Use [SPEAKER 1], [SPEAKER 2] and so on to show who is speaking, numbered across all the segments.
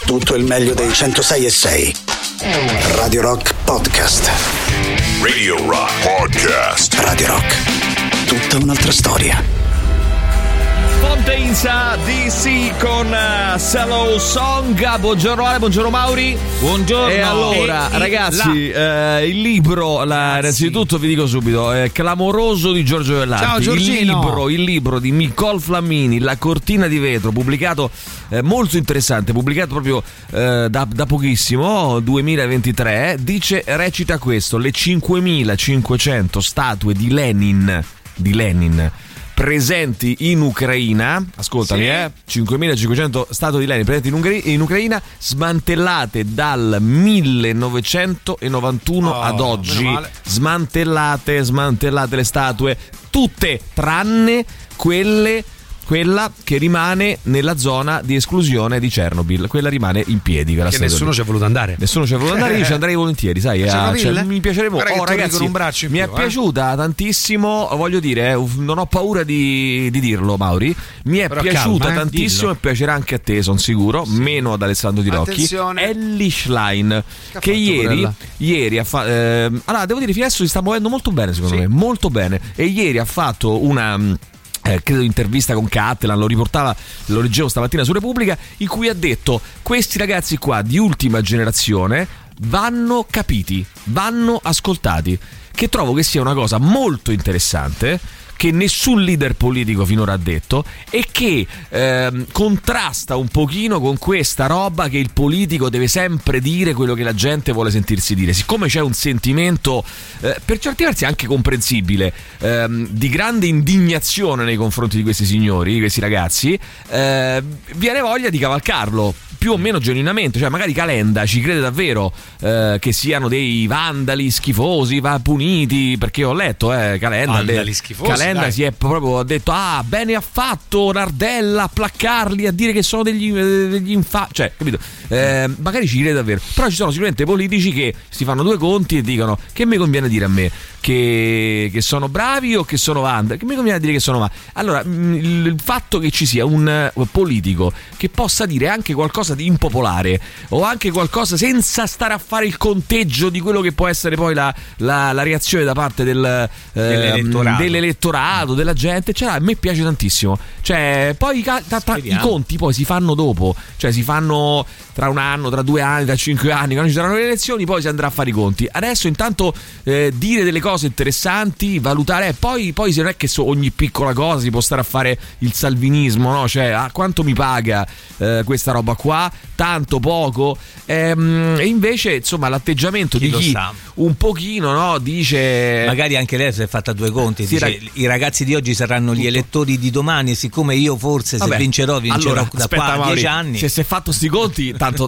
[SPEAKER 1] tutto il meglio dei 106.6. Radio Rock Podcast.
[SPEAKER 2] Radio Rock Podcast.
[SPEAKER 1] Radio Rock, tutta un'altra storia.
[SPEAKER 3] Fontaine's DC con Hello Song. Buongiorno Ale, buongiorno Mauri.
[SPEAKER 4] Buongiorno.
[SPEAKER 3] E allora, ragazzi, il libro, innanzitutto vi dico subito, Clamoroso di Giorgio Vellarti.
[SPEAKER 4] Ciao Giorgino.
[SPEAKER 3] Il libro di Nicole Flammini, La cortina di vetro, pubblicato, molto interessante, pubblicato proprio da pochissimo, 2023, recita questo: le 5.500 statue di Lenin presenti in Ucraina, ascoltami, 5.500 statue di Lenin presenti in Ucraina, smantellate dal 1991 ad oggi. Smantellate le statue, tutte tranne quella che rimane nella zona di esclusione di Chernobyl. Quella rimane in piedi.
[SPEAKER 4] Che nessuno ci è voluto andare.
[SPEAKER 3] Io ci andrei volentieri, sai. Mi piacerebbe. Ragazzi,
[SPEAKER 4] con un braccio in
[SPEAKER 3] mi
[SPEAKER 4] più,
[SPEAKER 3] è piaciuta tantissimo. Voglio dire, non ho paura di dirlo, Mauri. Mi è piaciuta tantissimo, e piacerà anche a te, sono sicuro. Meno ad Alessandro Di Rocchi. Ellie Schlein, che ieri ha fatto. Allora, devo dire, fino adesso si sta muovendo molto bene, secondo me. Molto bene. E ieri ha fatto una. Credo intervista con Cattelan, lo leggevo stamattina su Repubblica, in cui ha detto: questi ragazzi qua di ultima generazione vanno capiti, vanno ascoltati, che trovo che sia una cosa molto interessante, che nessun leader politico finora ha detto, e che contrasta un pochino con questa roba che il politico deve sempre dire quello che la gente vuole sentirsi dire. Siccome c'è un sentimento per certi versi anche comprensibile di grande indignazione nei confronti di questi signori, di questi ragazzi, viene voglia di cavalcarlo più o meno genuinamente. Cioè, magari Calenda ci crede davvero che siano dei vandali schifosi, va puniti, perché ho letto Calenda
[SPEAKER 4] schifosi.
[SPEAKER 3] Calenda si è proprio detto: bene ha fatto Nardella a placcarli, a dire che sono degli cioè, capito? Magari ci crede davvero, però ci sono sicuramente politici che si fanno due conti e dicono: che mi conviene dire a me che sono bravi o che sono vandali? Che mi conviene dire che sono vandali? Allora, il fatto che ci sia un politico che possa dire anche qualcosa di impopolare o anche qualcosa senza stare a fare il conteggio di quello che può essere poi la reazione da parte dell'elettorato, della gente, cioè, a me piace tantissimo. Cioè, poi i conti poi si fanno dopo, cioè si fanno tra un anno, tra 2 anni, tra 5 anni, quando ci saranno le elezioni, poi si andrà a fare i conti. Adesso intanto dire delle cose interessanti, valutare, poi se non è che ogni piccola cosa si può stare a fare il salvinismo, no? Cioè, quanto mi paga questa roba qua? Tanto, poco? E invece, insomma, l'atteggiamento di chi un pochino, no, dice,
[SPEAKER 5] magari anche lei si è fatta due conti, dice: i ragazzi di oggi saranno gli elettori di domani, e siccome io forse se vincerò allora, da qua a 10 anni.
[SPEAKER 3] Se si è fatto sti conti, tanto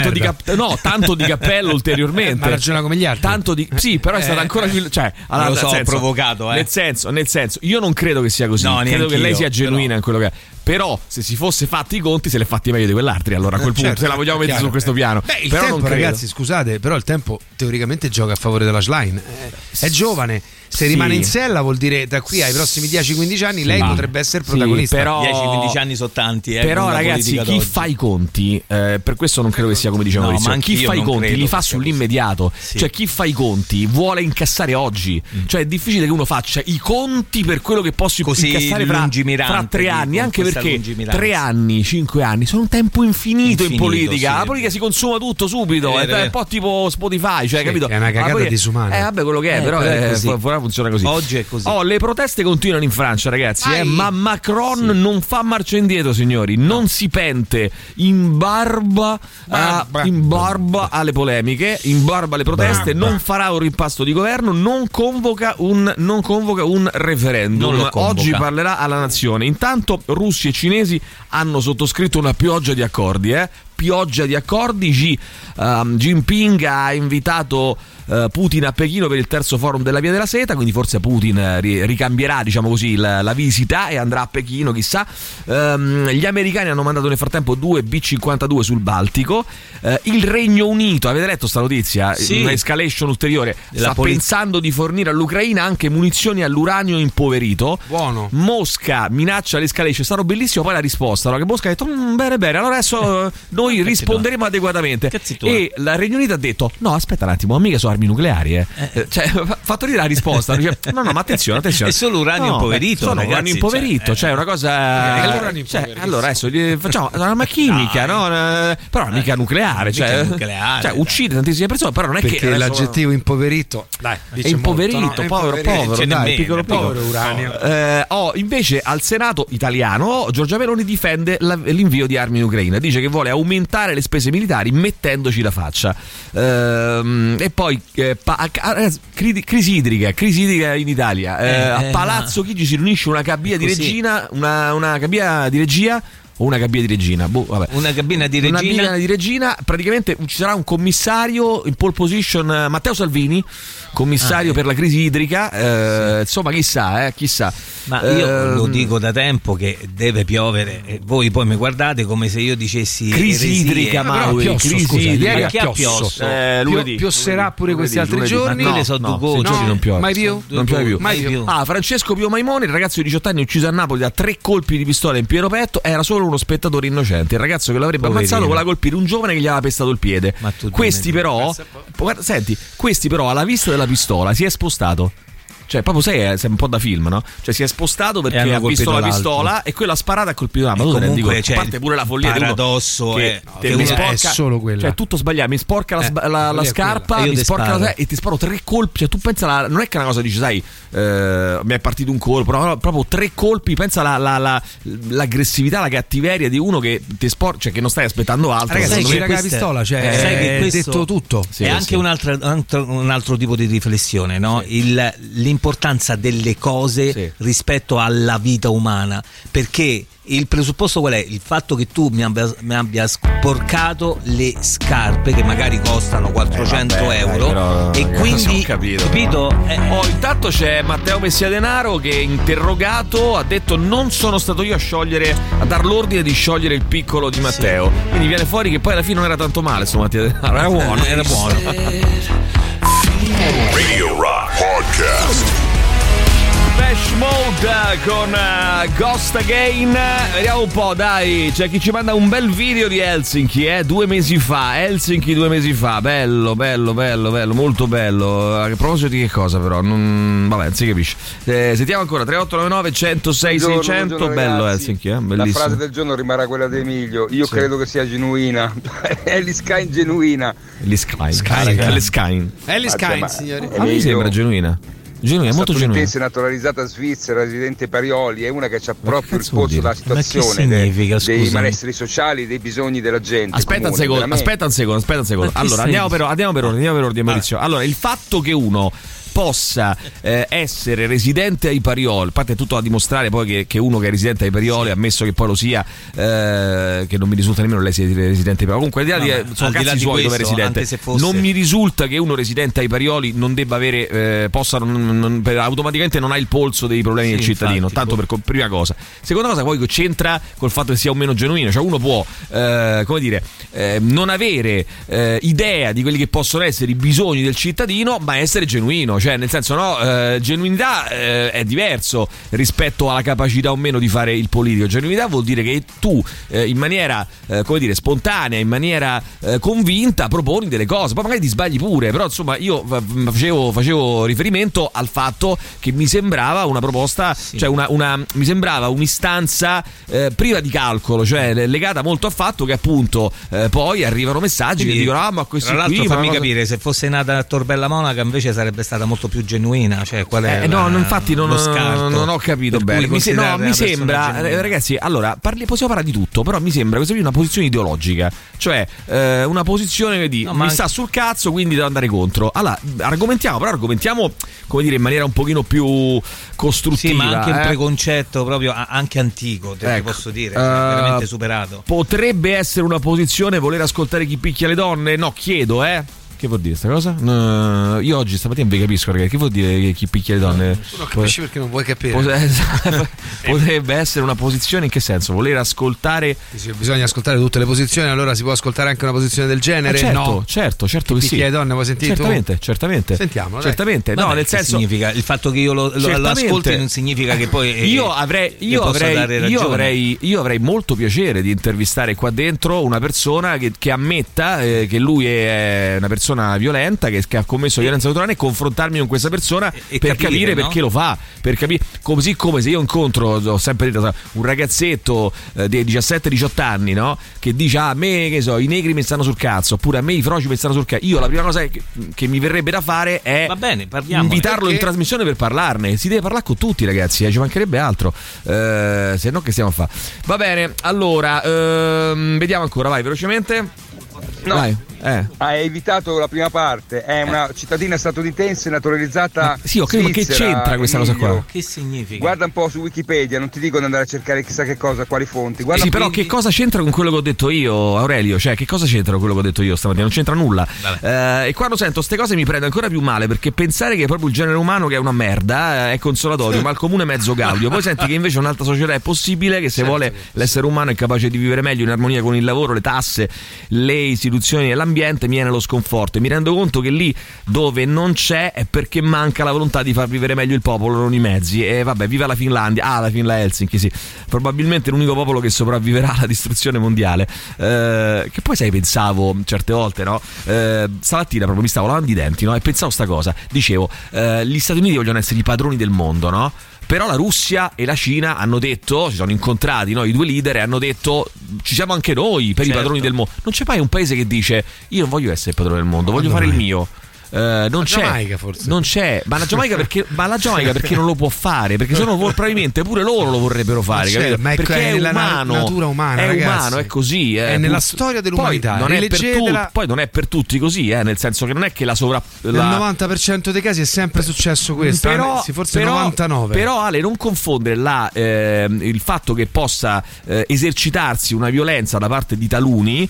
[SPEAKER 3] di cappello ulteriormente.
[SPEAKER 4] Ma ragiona come gli altri.
[SPEAKER 3] Sì, però è stato ancora più, cioè, allora,
[SPEAKER 5] lo so, ho provocato,
[SPEAKER 3] nel senso, io non credo che sia così. No, credo che lei sia genuina in quello che è. Però se si fosse fatti i conti, se li è fatti meglio di quell'altri, allora a quel punto, se la vogliamo mettere su questo piano.
[SPEAKER 4] Il
[SPEAKER 3] però
[SPEAKER 4] tempo,
[SPEAKER 3] non
[SPEAKER 4] ragazzi, scusate, però il tempo teoricamente gioca a favore della Schlein. È giovane. Se rimane in sella vuol dire da qui ai prossimi 10-15 anni lei potrebbe essere protagonista.
[SPEAKER 3] Però
[SPEAKER 5] 10-15 anni sono tanti.
[SPEAKER 3] Però ragazzi, chi fa i conti, per questo non credo che sia come diceva Maurizio, chi fa i conti li fa sull'immediato. Cioè, chi fa i conti vuole incassare oggi. Cioè, è difficile che uno faccia i conti per quello che posso incassare fra 3 anni, anche perché 3 anni, 5 anni sono un tempo infinito in politica. La politica si consuma tutto subito, è un po' tipo Spotify, cioè, capito?
[SPEAKER 4] È una cagata disumana.
[SPEAKER 3] Vabbè, quello che è, però funziona così.
[SPEAKER 5] Oggi è così.
[SPEAKER 3] Le proteste continuano in Francia, ragazzi, ma Macron non fa marcia indietro, signori. Non si pente in barba alle polemiche, in barba alle proteste, non farà un rimpasto di governo, non convoca un referendum. Oggi parlerà alla nazione. Intanto russi e cinesi hanno sottoscritto una pioggia di accordi, Xi Jinping ha invitato Putin a Pechino per il terzo forum della Via della Seta, quindi forse Putin ricambierà, diciamo così, la visita e andrà a Pechino, chissà. Gli americani hanno mandato nel frattempo 2 B-52 sul Baltico. Il Regno Unito, avete letto sta notizia?
[SPEAKER 5] Sì.
[SPEAKER 3] Una escalation ulteriore, sta pensando di fornire all'Ucraina anche munizioni all'uranio impoverito.
[SPEAKER 4] Buono.
[SPEAKER 3] Mosca minaccia l'escalation, è stato bellissimo poi la risposta, allora, che Mosca ha detto bene, allora adesso noi risponderemo adeguatamente. E il Regno Unito ha detto no, aspetta un attimo, mica sono armi nucleari, cioè fatto dire la risposta, dice, no ma attenzione è
[SPEAKER 5] solo uranio impoverito,
[SPEAKER 3] sono uranio impoverito, cioè una cosa, allora adesso facciamo un'arma chimica, no? Però mica nucleare, cioè uccide tantissime persone, però non è
[SPEAKER 4] perché
[SPEAKER 3] che
[SPEAKER 4] l'aggettivo impoverito, dai,
[SPEAKER 3] è impoverito, molto, no? povero, dai, piccolo
[SPEAKER 4] uranio.
[SPEAKER 3] Invece al Senato italiano Giorgia Meloni difende l'invio di armi in Ucraina, dice che vuole aumentare le spese militari mettendoci la faccia. E poi crisi idrica in Italia, a Palazzo Chigi si riunisce una cabina di regina, una cabina di regia o una cabina di regina, vabbè.
[SPEAKER 5] Una cabina di regina,
[SPEAKER 3] praticamente ci sarà un commissario in pole position, Matteo Salvini, commissario per la crisi idrica, insomma chissà.
[SPEAKER 5] Ma io lo dico da tempo che deve piovere e voi poi mi guardate come se io dicessi
[SPEAKER 3] crisi idrica, Mauri,
[SPEAKER 4] ieri a Piosso, lunedì piosserà pure questi altri giorni.
[SPEAKER 5] Ma sono due gocce,
[SPEAKER 3] non piove.
[SPEAKER 4] Non piove
[SPEAKER 3] più. Francesco Pio Maimone, il ragazzo di 18 anni ucciso a Napoli da 3 colpi di pistola in pieno petto, era solo uno spettatore innocente. Il ragazzo che l'avrebbe ammazzato voleva colpire un giovane che gli aveva pestato il piede. Questi però alla vista della pistola si è spostato. Cioè, proprio sei un po' da film, no? Cioè, si è spostato perché ha visto la pistola e quello ha sparato e ha colpito la mano.
[SPEAKER 5] Comunque,
[SPEAKER 3] a parte pure la follia di
[SPEAKER 5] paradosso
[SPEAKER 3] che
[SPEAKER 5] mi
[SPEAKER 3] sporca,
[SPEAKER 4] è solo quella.
[SPEAKER 3] Cioè, tutto sbagliato. Mi sporca la scarpa, mi sporca e ti sparo 3 colpi. Cioè, tu pensa, non è che è una cosa dici, sai, mi è partito un colpo, no, proprio 3 colpi. Pensa l'aggressività, la cattiveria di uno che ti sporca, cioè che non stai aspettando altro.
[SPEAKER 4] Ragazzi, gira la pistola, cioè è detto tutto.
[SPEAKER 5] È anche un altro tipo di riflessione, no? L'importanza delle cose rispetto alla vita umana, perché il presupposto qual è? Il fatto che tu mi abbia sporcato le scarpe che magari costano 400 euro e quindi capito?
[SPEAKER 3] Intanto c'è Matteo Messiadenaro che interrogato ha detto non sono stato io a dar l'ordine di sciogliere il piccolo di Matteo, quindi viene fuori che poi alla fine non era tanto male sto Messiadenaro, era buono.
[SPEAKER 2] Radio Rock Podcast.
[SPEAKER 3] Flash Mode con Ghost Again. Vediamo un po', dai. C'è chi ci manda un bel video di Helsinki, 2 mesi fa. Helsinki 2 mesi fa. Bello, molto bello. A proposito di che cosa, però? Vabbè, non si capisce. Sentiamo ancora 3899 106 600. Bello Helsinki, bellissimo.
[SPEAKER 6] La frase del giorno rimarrà quella di Emilio. Io credo che sia genuina. Ellie Skine genuina.
[SPEAKER 3] Ellie Skine,
[SPEAKER 6] signori.
[SPEAKER 3] A me sembra genuina. Genuina, molto genuina.
[SPEAKER 6] Naturalizzata svizzera, residente Parioli, è una che ha proprio il polso della situazione dei malesseri sociali, dei bisogni della gente.
[SPEAKER 3] Aspetta un secondo. Allora, andiamo per ordine, Maurizio. Allora, il fatto che uno possa essere residente ai Parioli, a parte tutto da dimostrare poi che uno che è residente ai Parioli, ammesso che poi lo sia, che non mi risulta nemmeno lei sia residente ai Parioli, comunque al di là sono cazzi suoi dove è residente, non mi risulta che uno residente ai Parioli non debba avere automaticamente non ha il polso dei problemi del cittadino, tanto per prima cosa. Seconda cosa, poi che c'entra col fatto che sia o meno genuino, cioè uno può non avere idea di quelli che possono essere i bisogni del cittadino, ma essere genuino. Cioè, nel senso, genuinità è diverso rispetto alla capacità o meno di fare il politico. Genuinità vuol dire che tu in maniera spontanea, in maniera convinta proponi delle cose, poi magari ti sbagli pure, però insomma io facevo riferimento al fatto che mi sembrava una proposta, cioè mi sembrava un'istanza priva di calcolo, cioè legata molto al fatto che appunto poi arrivano messaggi che dicono ma questi
[SPEAKER 5] tra l'altro
[SPEAKER 3] qui,
[SPEAKER 5] fammi capire, se fosse nata a Torbella Monaca invece sarebbe stata molto più genuina, cioè qual è
[SPEAKER 3] infatti non ho capito bene. Mi sembra, ragazzi, allora possiamo parlare di tutto, però mi sembra questa qui una posizione ideologica, cioè una posizione che mi sta sul cazzo, quindi devo andare contro. Allora argomentiamo come dire in maniera un pochino più costruttiva.
[SPEAKER 5] Sì, ma anche un preconcetto proprio anche antico, posso dire, veramente superato.
[SPEAKER 3] Potrebbe essere una posizione voler ascoltare chi picchia le donne? No, chiedo, Che vuol dire sta cosa? Io oggi stamattina vi capisco, ragazzi. Che vuol dire chi picchia le donne?
[SPEAKER 4] Tu non capisci perché non vuoi capire.
[SPEAKER 3] Potrebbe essere una posizione, in che senso? Voler ascoltare.
[SPEAKER 4] Dice, bisogna ascoltare tutte le posizioni, allora si può ascoltare anche una posizione del genere?
[SPEAKER 3] Certo, certo che sì.
[SPEAKER 4] Picchia le donne, vuoi sentire?
[SPEAKER 3] Certamente.
[SPEAKER 4] Sentiamo.
[SPEAKER 3] Certamente.
[SPEAKER 5] Vabbè,
[SPEAKER 3] no, nel senso.
[SPEAKER 5] Significa il fatto che io lo ascolti non significa che poi. Io
[SPEAKER 3] avrei molto piacere di intervistare qua dentro una persona che ammetta che lui è una persona violenta, che ha commesso violenza sessuale, e confrontarmi con questa persona per capire perché lo fa, per capire, così come se io incontro, ho sempre detto, un ragazzetto di 17-18 anni, no? Che dice a me, che so, i negri mi stanno sul cazzo, oppure a me i froci mi stanno sul cazzo, io la prima cosa che mi verrebbe da fare è invitarlo in trasmissione per parlarne. Si deve parlare con tutti, ragazzi, ci mancherebbe altro, se no che stiamo a fare. Va bene, allora vediamo ancora, vai velocemente.
[SPEAKER 6] No,
[SPEAKER 3] vai.
[SPEAKER 6] Hai evitato la prima parte. È una cittadina statunitense naturalizzata.
[SPEAKER 3] Sì, ho capito, ma che c'entra questa cosa qua?
[SPEAKER 5] Che significa?
[SPEAKER 6] Guarda un po' su Wikipedia, non ti dico di andare a cercare chissà che cosa, quali fonti. Guarda
[SPEAKER 3] però che cosa c'entra con quello che ho detto io, Aurelio? Cioè, che cosa c'entra con quello che ho detto io stamattina? Non c'entra nulla. E quando sento ste cose mi prende ancora più male, perché pensare che è proprio il genere umano che è una merda è consolatorio, ma il comune mezzo gaudio. Poi senti che invece un'altra società è possibile, che se vuole l'essere umano è capace di vivere meglio in armonia con il lavoro, le tasse, le istituzioni e l'ambiente, mi viene lo sconforto e mi rendo conto che lì dove non c'è è perché manca la volontà di far vivere meglio il popolo, non i mezzi. E vabbè, viva la Finlandia, la Finlandia, Helsinki, sì, probabilmente l'unico popolo che sopravviverà alla distruzione mondiale, che poi sai, pensavo certe volte, no, stamattina proprio mi stavo lavando i denti, no, e pensavo sta cosa, dicevo, gli Stati Uniti vogliono essere i padroni del mondo, no? Però la Russia e la Cina hanno detto, si sono incontrati, no, i due leader, e hanno detto ci siamo anche noi per i padroni del mondo. Non c'è mai un paese che dice io non voglio essere il padrone del mondo, voglio fare il mio. Non c'è,
[SPEAKER 4] Giamaica forse.
[SPEAKER 3] Non c'è, ma la Giamaica perché non lo può fare, perché sennò probabilmente pure loro lo vorrebbero fare, capito?
[SPEAKER 4] Ma
[SPEAKER 3] perché è umano,
[SPEAKER 4] natura umana,
[SPEAKER 3] è
[SPEAKER 4] ragazzi.
[SPEAKER 3] Umano, è così,
[SPEAKER 4] è nella storia dell'umanità.
[SPEAKER 3] Poi non è per tutti così, nel senso che non è che nel
[SPEAKER 4] 90% dei casi è sempre successo questo,
[SPEAKER 3] però,
[SPEAKER 4] forse 99.
[SPEAKER 3] Però Ale, non confondere il fatto che possa esercitarsi una violenza da parte di taluni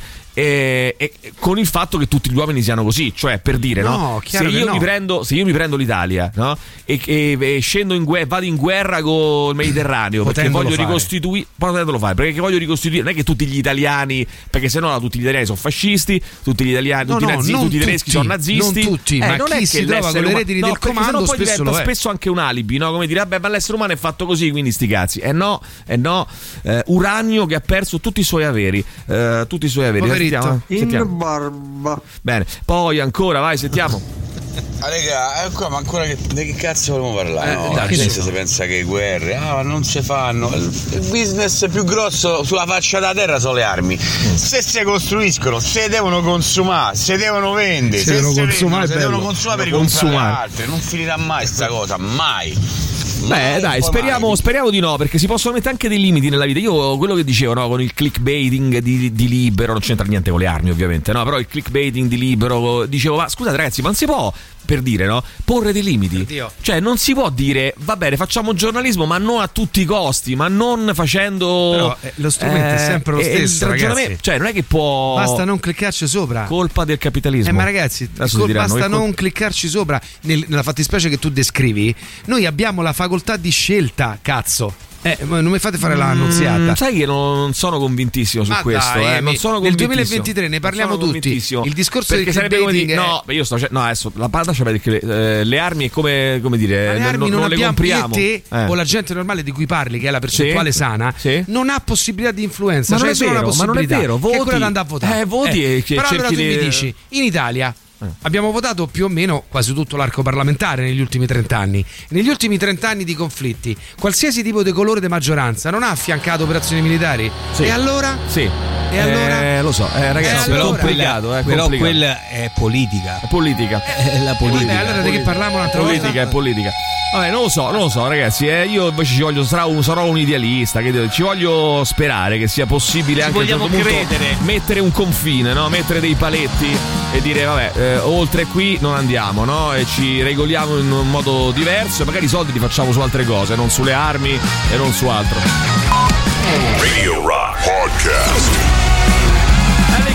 [SPEAKER 3] con il fatto che tutti gli uomini siano così, cioè, per dire, no? Se io mi prendo l'Italia, no? E scendo vado in guerra con il Mediterraneo perché voglio ricostituire, potendolo fare, perché voglio ricostituire, non è che tutti gli italiani, perché sennò tutti gli italiani sono fascisti, tutti gli italiani, tutti i tedeschi sono nazisti,
[SPEAKER 4] non tutti, ma
[SPEAKER 3] non
[SPEAKER 4] chi
[SPEAKER 3] è
[SPEAKER 4] si trova con le redini del comando
[SPEAKER 3] poi
[SPEAKER 4] spesso
[SPEAKER 3] diventa spesso anche un alibi, no? Come dire, vabbè, ma l'essere umano è fatto così, quindi sti cazzi. Uranio che ha perso tutti i suoi averi, Sentiamo.
[SPEAKER 7] In barba.
[SPEAKER 3] Bene, poi ancora, vai, sentiamo.
[SPEAKER 8] Raga, qua, ma ancora che cazzo vogliamo parlare? La gente si pensa che guerre, ma non si fanno. Il business più grosso sulla faccia della terra sono le armi. Se si costruiscono, se devono consumare, se devono vendere, se devono consumare per comprare altre. Non finirà mai sta cosa, mai.
[SPEAKER 3] Beh, dai, speriamo di no, perché si possono mettere anche dei limiti nella vita. Io quello che dicevo, no, con il clickbaiting di Libero, non c'entra niente con le armi ovviamente, no, però il clickbaiting di Libero, dicevo, ma scusate ragazzi, ma non si può, per dire, no, porre dei limiti. Cioè non si può dire va bene, facciamo giornalismo ma non a tutti i costi, ma non facendo.
[SPEAKER 4] Però lo strumento è sempre lo stesso, ragazzi.
[SPEAKER 3] Cioè non è che può,
[SPEAKER 4] basta non cliccarci sopra.
[SPEAKER 3] Colpa del capitalismo.
[SPEAKER 4] Ma ragazzi, basta non cliccarci sopra nella fattispecie che tu descrivi. Noi abbiamo la facoltà di scelta, cazzo. Non mi fate fare la nozziata.
[SPEAKER 3] Sai che non sono convintissimo su questo. Non sono
[SPEAKER 4] nel 2023 ne parliamo tutti. Il discorso
[SPEAKER 3] perché sarebbe come dire, no, io sto adesso la palla c'è, perché le armi è come dire,
[SPEAKER 4] le armi non
[SPEAKER 3] le compriamo.
[SPEAKER 4] Te o la gente normale di cui parli, che è la percentuale sana, non ha possibilità di influenza.
[SPEAKER 3] Ma
[SPEAKER 4] cioè
[SPEAKER 3] non è vero,
[SPEAKER 4] ma non è vero.
[SPEAKER 3] Voti,
[SPEAKER 4] che è quella di andare a votare.
[SPEAKER 3] Voti
[SPEAKER 4] però allora tu mi dici, in Italia abbiamo votato più o meno quasi tutto l'arco parlamentare negli ultimi 30 anni. Negli ultimi 30 anni di conflitti, qualsiasi tipo di colore di maggioranza non ha affiancato operazioni militari.
[SPEAKER 3] Sì.
[SPEAKER 4] E allora?
[SPEAKER 3] Sì.
[SPEAKER 4] E allora?
[SPEAKER 3] Lo so, ragazzi,
[SPEAKER 5] però
[SPEAKER 3] complicato.
[SPEAKER 5] Però quella è politica.
[SPEAKER 3] È politica.
[SPEAKER 5] È la politica.
[SPEAKER 4] Allora di che parliamo un'altra volta?
[SPEAKER 3] Politica è politica. Vabbè, non lo so ragazzi, io invece sarò un idealista, ci voglio sperare che sia possibile anche a un certo punto mettere un confine, no? Mettere dei paletti e dire vabbè, oltre qui non andiamo, no? E ci regoliamo in un modo diverso e magari i soldi li facciamo su altre cose, non sulle armi e non su altro.
[SPEAKER 2] Radio Rock Podcast.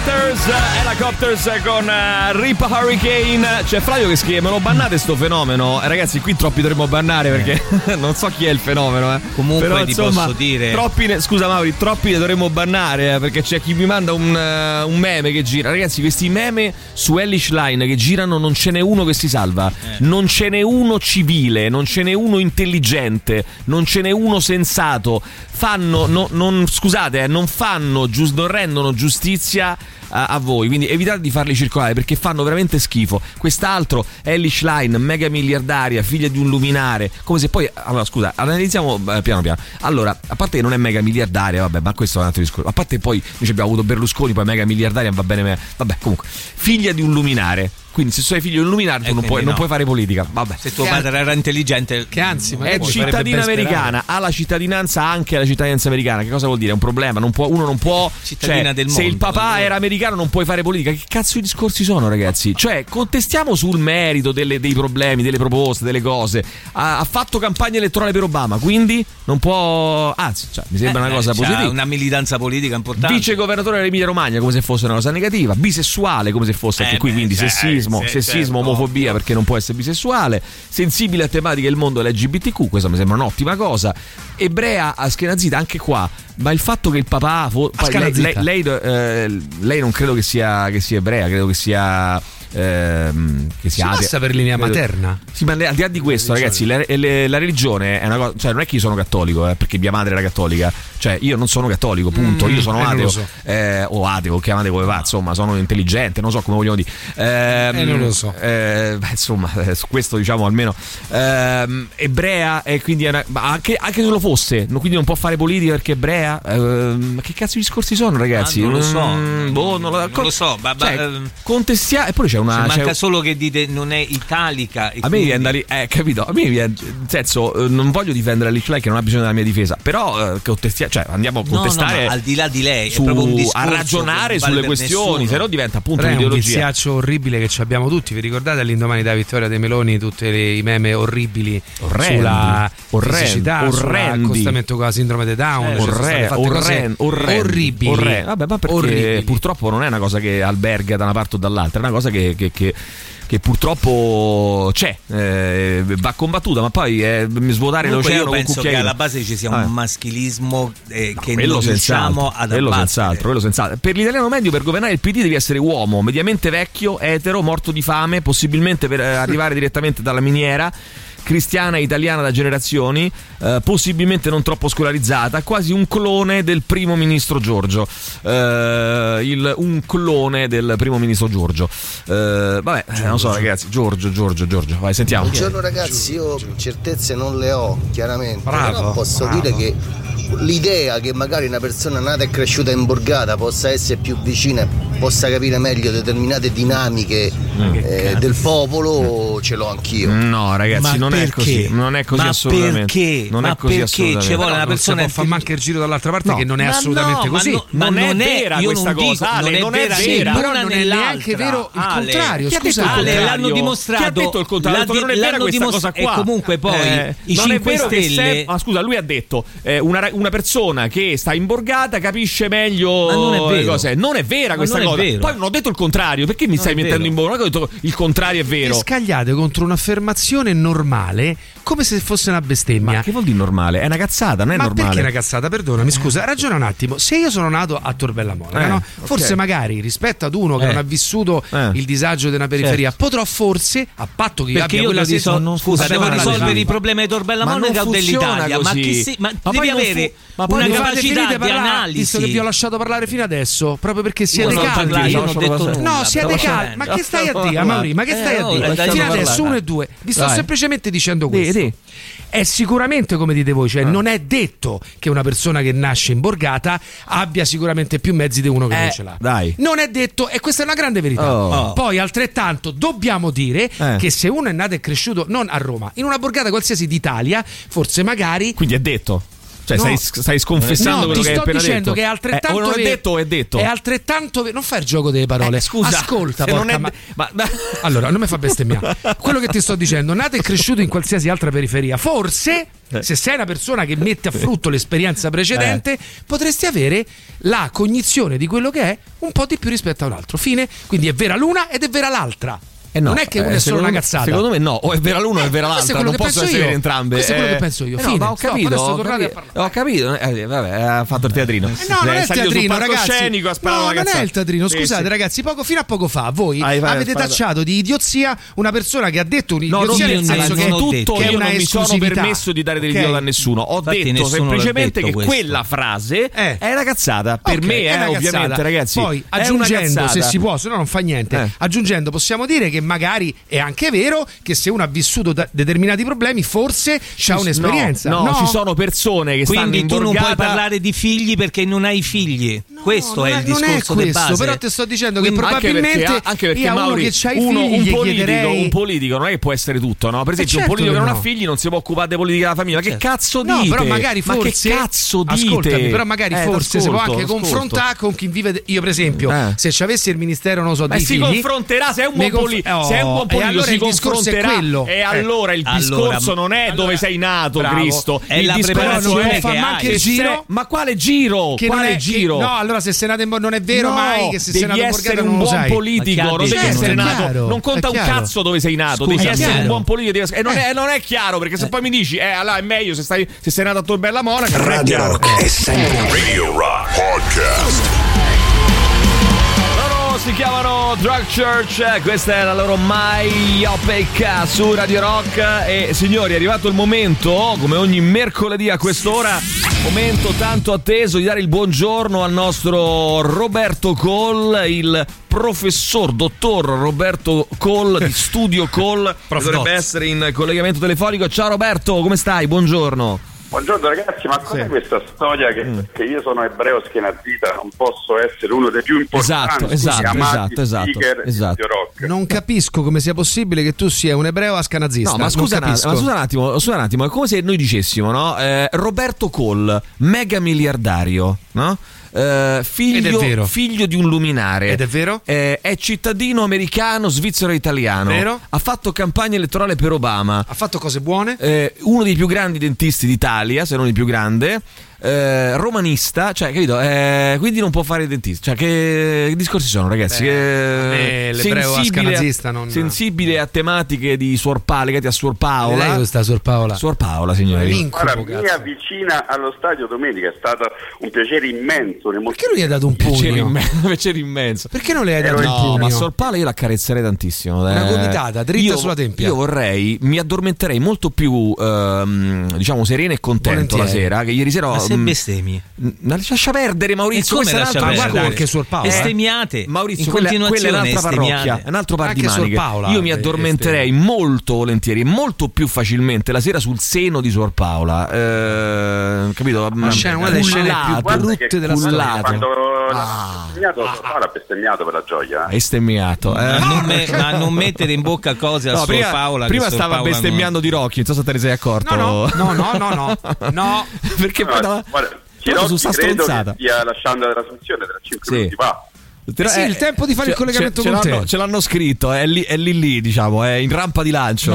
[SPEAKER 3] Helicopters con Rip Hurricane. C'è Flavio che scrive: me lo bannate sto fenomeno? Ragazzi, qui troppi dovremmo bannare perché non so chi è il fenomeno.
[SPEAKER 5] Comunque
[SPEAKER 3] però,
[SPEAKER 5] ti
[SPEAKER 3] insomma,
[SPEAKER 5] posso dire,
[SPEAKER 3] scusa Mauri, troppi ne dovremmo bannare perché c'è chi mi manda un meme che gira. Ragazzi, questi meme su Hellish Line che girano non ce n'è uno che si salva, non ce n'è uno civile, non ce n'è uno intelligente, non ce n'è uno sensato. Non rendono giustizia a voi, quindi evitate di farli circolare perché fanno veramente schifo. Quest'altro, Hellish Line, mega miliardaria, figlia di un luminare, come se poi, allora scusa, analizziamo piano piano. Allora, a parte che non è mega miliardaria, vabbè, ma questo è un altro discorso. A parte poi noi abbiamo avuto Berlusconi, poi mega miliardaria, va bene, vabbè, comunque, figlia di un luminare. Quindi se sei figlio di un luminare tu non puoi fare politica. Vabbè.
[SPEAKER 5] Se tuo padre era intelligente,
[SPEAKER 4] che anzi
[SPEAKER 3] è cittadina americana, ha la cittadinanza, anche la cittadinanza americana. Che cosa vuol dire? È un problema, uno non può,
[SPEAKER 5] cittadina del mondo.
[SPEAKER 3] Se il papà era americano non puoi fare politica. Che cazzo di discorsi sono, ragazzi? Cioè, contestiamo sul merito dei problemi, delle proposte, delle cose. Ha fatto campagna elettorale per Obama, quindi non può, anzi, mi sembra una cosa positiva.
[SPEAKER 5] Una militanza politica importante.
[SPEAKER 3] Vice governatore dell'Emilia Romagna, come se fosse una cosa negativa. Bisessuale, come se fosse anche qui, quindi sessismo, omofobia, perché non può essere bisessuale. Sensibile a tematiche del mondo LGBTQ, questa mi sembra un'ottima cosa. Ebrea a schiena zitta, anche qua. Ma il fatto che il papà lei non credo che sia ebrea, credo che sia
[SPEAKER 4] si passa per linea materna.
[SPEAKER 3] Sì, ma al di là di questo, ragazzi, la religione è una cosa, cioè non è che io sono cattolico perché mia madre era cattolica, cioè io non sono cattolico, punto. Io sono ateo, o ateo, chiamate come va, insomma, sono intelligente, non so come vogliamo dire,
[SPEAKER 4] non lo so,
[SPEAKER 3] insomma, su questo diciamo almeno ebrea, e quindi anche se lo fosse, quindi non può fare politica perché è ebrea. Ma che cazzo di discorsi sono, ragazzi?
[SPEAKER 5] Non lo so, non lo so,
[SPEAKER 3] contestiamo. E poi c'è
[SPEAKER 5] manca solo che dite non è italica.
[SPEAKER 3] A me viene da lì, capito? A me viene, nel senso, non voglio difendere Hellish Line che non ha bisogno della mia difesa, però cioè andiamo a contestare,
[SPEAKER 5] no, al di là di lei, è
[SPEAKER 3] proprio
[SPEAKER 5] un discorso,
[SPEAKER 3] a ragionare sulle questioni, se no diventa appunto un'ideologia.
[SPEAKER 4] È un viziaccio orribile che abbiamo tutti. Vi ricordate all'indomani della vittoria dei Meloni tutti i meme orribili sulla fisicità, sull'accostamento con la sindrome di Down, orribili.
[SPEAKER 3] Vabbè, ma perché purtroppo non è una cosa che alberga da una parte o dall'altra, è una cosa che purtroppo c'è, va combattuta, ma poi svuotare l'oceano con
[SPEAKER 5] penso che alla base ci sia un maschilismo che non riusciamo ad abbattere.
[SPEAKER 3] Quello senz'altro. Per l'italiano medio, per governare il PD devi essere uomo, mediamente vecchio, etero, morto di fame, possibilmente per arrivare direttamente dalla miniera, cristiana italiana da generazioni, possibilmente non troppo scolarizzata, quasi un clone del primo ministro Giorgio, un clone del primo ministro Giorgio. Vabbè, non so, ragazzi, Giorgio, vai, sentiamo.
[SPEAKER 7] Buongiorno ragazzi, io certezze non le ho, chiaramente, però posso dire che l'idea che magari una persona nata e cresciuta in borgata possa essere più vicina, possa capire meglio determinate dinamiche del popolo, ce l'ho anch'io.
[SPEAKER 3] No, ragazzi, non è così assolutamente.
[SPEAKER 5] Non è così assolutamente. Ci vuole una persona
[SPEAKER 4] che fa anche il giro dall'altra parte, che non è assolutamente così.
[SPEAKER 3] Non è vera questa cosa, non è vera.
[SPEAKER 4] Però non è neanche vero il contrario.
[SPEAKER 5] Scusate, l'hanno dimostrato.
[SPEAKER 3] Chi ha detto il contrario? Non è vera questa cosa qua.
[SPEAKER 5] E comunque poi i 5 Stelle.
[SPEAKER 3] Ma scusa, lui ha detto una persona che sta in borgata capisce meglio le cose. Non è vera questa cosa. Poi non ho detto il contrario. Perché mi stai mettendo in bocca? Non ho detto il contrario è vero.
[SPEAKER 4] E scagliate contro un'affermazione normale come se fosse una bestemmia.
[SPEAKER 3] Ma che vuol dire normale? È una cazzata, non è normale.
[SPEAKER 4] Ma perché è una cazzata? Perdonami, scusa, ragiona un attimo. Se io sono nato a Tor Bella Monaca, no? Forse magari rispetto ad uno che non ha vissuto il disagio della periferia, potrò forse, a patto che io abbia quella
[SPEAKER 5] devo risolvere i problemi di Tor Bella Monaca o dell'Italia. Ma devi avere una capacità di analisi.
[SPEAKER 4] Visto che vi ho lasciato parlare fino adesso, proprio perché siete caldi.
[SPEAKER 5] Io non ho detto nulla.
[SPEAKER 4] No, siete caldi. Ma che stai a dire, Mauri? Ma che stai a dire? Fino adesso 1 e 2. Vi sto semplicemente dicendo questo. È sicuramente, come dite voi, cioè non è detto che una persona che nasce in borgata abbia sicuramente più mezzi di uno che non ce l'ha. Non è detto, e questa è una grande verità. Poi altrettanto dobbiamo dire che se uno è nato e cresciuto non a Roma, in una borgata qualsiasi d'Italia, forse magari.
[SPEAKER 3] Quindi è detto. Cioè, stai sconfessando quello che hai appena detto.
[SPEAKER 4] Ti sto dicendo che è altrettanto
[SPEAKER 3] non è detto o è detto?
[SPEAKER 4] È altrettanto non fai il gioco delle parole.
[SPEAKER 3] Scusa,
[SPEAKER 4] ascolta,
[SPEAKER 3] ma
[SPEAKER 4] allora, non mi fa bestemmiare. Quello che ti sto dicendo, nato e cresciuto in qualsiasi altra periferia, forse se sei una persona che mette a frutto l'esperienza precedente, potresti avere la cognizione di quello che è un po' di più rispetto a un altro. Fine. Quindi è vera l'una ed è vera l'altra.
[SPEAKER 3] No,
[SPEAKER 4] non è che una è solo una cazzata.
[SPEAKER 3] Secondo me no, o è vera l'una o è vera l'altra, non possono essere entrambe.
[SPEAKER 4] Questo è quello che penso io.
[SPEAKER 3] No, ma ho capito, ho capito. Vabbè, ha fatto il teatrino.
[SPEAKER 4] No, non è il teatrino, ragazzi.
[SPEAKER 3] Scenico,
[SPEAKER 4] no, non è il teatrino. Scusate, ragazzi, fino a poco fa voi avete tacciato di idiozia una persona che ha detto un'idiozia nel senso che
[SPEAKER 3] tutto io non mi sono permesso di dare dell'idiota a nessuno. Ho detto semplicemente che quella frase è una cazzata. Per me è ovviamente, ragazzi.
[SPEAKER 4] Poi aggiungendo, se si può, se no non fa niente. Aggiungendo, possiamo dire che magari è anche vero che se uno ha vissuto determinati problemi forse c'ha un'esperienza.
[SPEAKER 3] No, ci sono persone che stanno in borgata.
[SPEAKER 5] Quindi tu non puoi parlare di figli perché non hai figli. Questo è il discorso di base.
[SPEAKER 4] Però ti sto dicendo che probabilmente
[SPEAKER 3] anche perché
[SPEAKER 4] Mauri, uno che c'ha i figli
[SPEAKER 3] un politico non è che può essere tutto, no? Per esempio un politico che non ha figli non si può occupare della politica della famiglia. Che cazzo dite?
[SPEAKER 4] No, però magari forse,
[SPEAKER 3] ma che cazzo dite?
[SPEAKER 4] Ascoltami, però magari forse si può anche confrontare con chi vive. Io per esempio se ci avessi il ministero non so dei figli,
[SPEAKER 3] si confronterà. Se è un buon politico
[SPEAKER 4] allora
[SPEAKER 3] si confronterà. E allora il discorso non è dove sei nato, Cristo.
[SPEAKER 5] È la preparazione che
[SPEAKER 4] anche il giro.
[SPEAKER 3] Ma quale giro? Quale giro?
[SPEAKER 4] No, allora se sei nato in non è vero mai che se sei nato in
[SPEAKER 3] essere un buon politico, non devi essere nato. Non conta un cazzo dove sei nato, devi essere un buon politico. E non è chiaro, perché se poi mi dici allora è meglio se sei nato a Tor Bella Monaca.
[SPEAKER 1] Radio Rock è sempre
[SPEAKER 2] Radio Rock Podcast.
[SPEAKER 3] Si chiamano Drug Church, questa è la loro Myopic su Radio Rock. E signori, è arrivato il momento, come ogni mercoledì a quest'ora, momento tanto atteso di dare il buongiorno al nostro Roberto Cole, il professor dottor Roberto Cole di Studio Cole, dovrebbe essere in collegamento telefonico. Ciao Roberto, come stai? Buongiorno.
[SPEAKER 9] Buongiorno ragazzi, ma cos'è questa storia che io sono ebreo schienazita, non posso essere uno dei più importanti speaker di Radio Rock?
[SPEAKER 4] Non capisco come sia possibile che tu sia un ebreo ascanazista.
[SPEAKER 3] No, ma scusa un attimo, è come se noi dicessimo, no? Roberto Cole, mega miliardario, no? Figlio di un luminare.
[SPEAKER 4] Ed è vero?
[SPEAKER 3] È cittadino americano, svizzero e italiano.
[SPEAKER 4] Vero?
[SPEAKER 3] Ha fatto campagna elettorale per Obama.
[SPEAKER 4] Ha fatto cose buone.
[SPEAKER 3] Uno dei più grandi dentisti d'Italia, se non il più grande. Romanista, cioè, capito? Quindi non può fare il dentista. Cioè, che discorsi sono, ragazzi?
[SPEAKER 4] L'ebreo ascanazista
[SPEAKER 3] sensibile a tematiche di Suor Paola, legate a Suor Paola.
[SPEAKER 4] Lei sta Suor Paola?
[SPEAKER 3] Suor Paola, signori.
[SPEAKER 9] Guarda, vicina allo stadio domenica, è stato un piacere immenso.
[SPEAKER 4] Perché non gli hai dato un pugno?
[SPEAKER 3] Piacere immenso.
[SPEAKER 4] Perché non le hai dato un pugno?
[SPEAKER 3] Ma Suor Paola io l'accarezzerei tantissimo.
[SPEAKER 4] Una gomitata dritta sulla tempia.
[SPEAKER 3] Io mi addormenterei molto più, diciamo, sereno e contento la sera. Che ieri sera
[SPEAKER 5] se bestemmi,
[SPEAKER 3] lascia perdere, Maurizio.
[SPEAKER 5] Come lascia perdere?
[SPEAKER 4] Anche Suor Paola
[SPEAKER 5] bestemmiate,
[SPEAKER 3] Maurizio, quella è un'altra parrocchia, è un altro par di maniche. Io mi addormenterei molto volentieri e molto più facilmente la sera sul seno di Suor Paola, capito?
[SPEAKER 4] Una delle scene più brutte della storia.
[SPEAKER 9] Quando Paola ha bestemmiato per la gioia.
[SPEAKER 3] Hai bestemmiato,
[SPEAKER 5] ma non mettere in bocca cose a Suor Paola.
[SPEAKER 3] Prima stava bestemmiando di Rocky, non so se te ne sei accorto.
[SPEAKER 4] No.
[SPEAKER 3] Perché poi
[SPEAKER 9] guarda, Chirocchi credo che stia lasciando la trasmissione tra 5 minuti fa.
[SPEAKER 4] Sì, il tempo di fare il collegamento con te.
[SPEAKER 3] Ce l'hanno scritto, è lì, diciamo, è in rampa di lancio.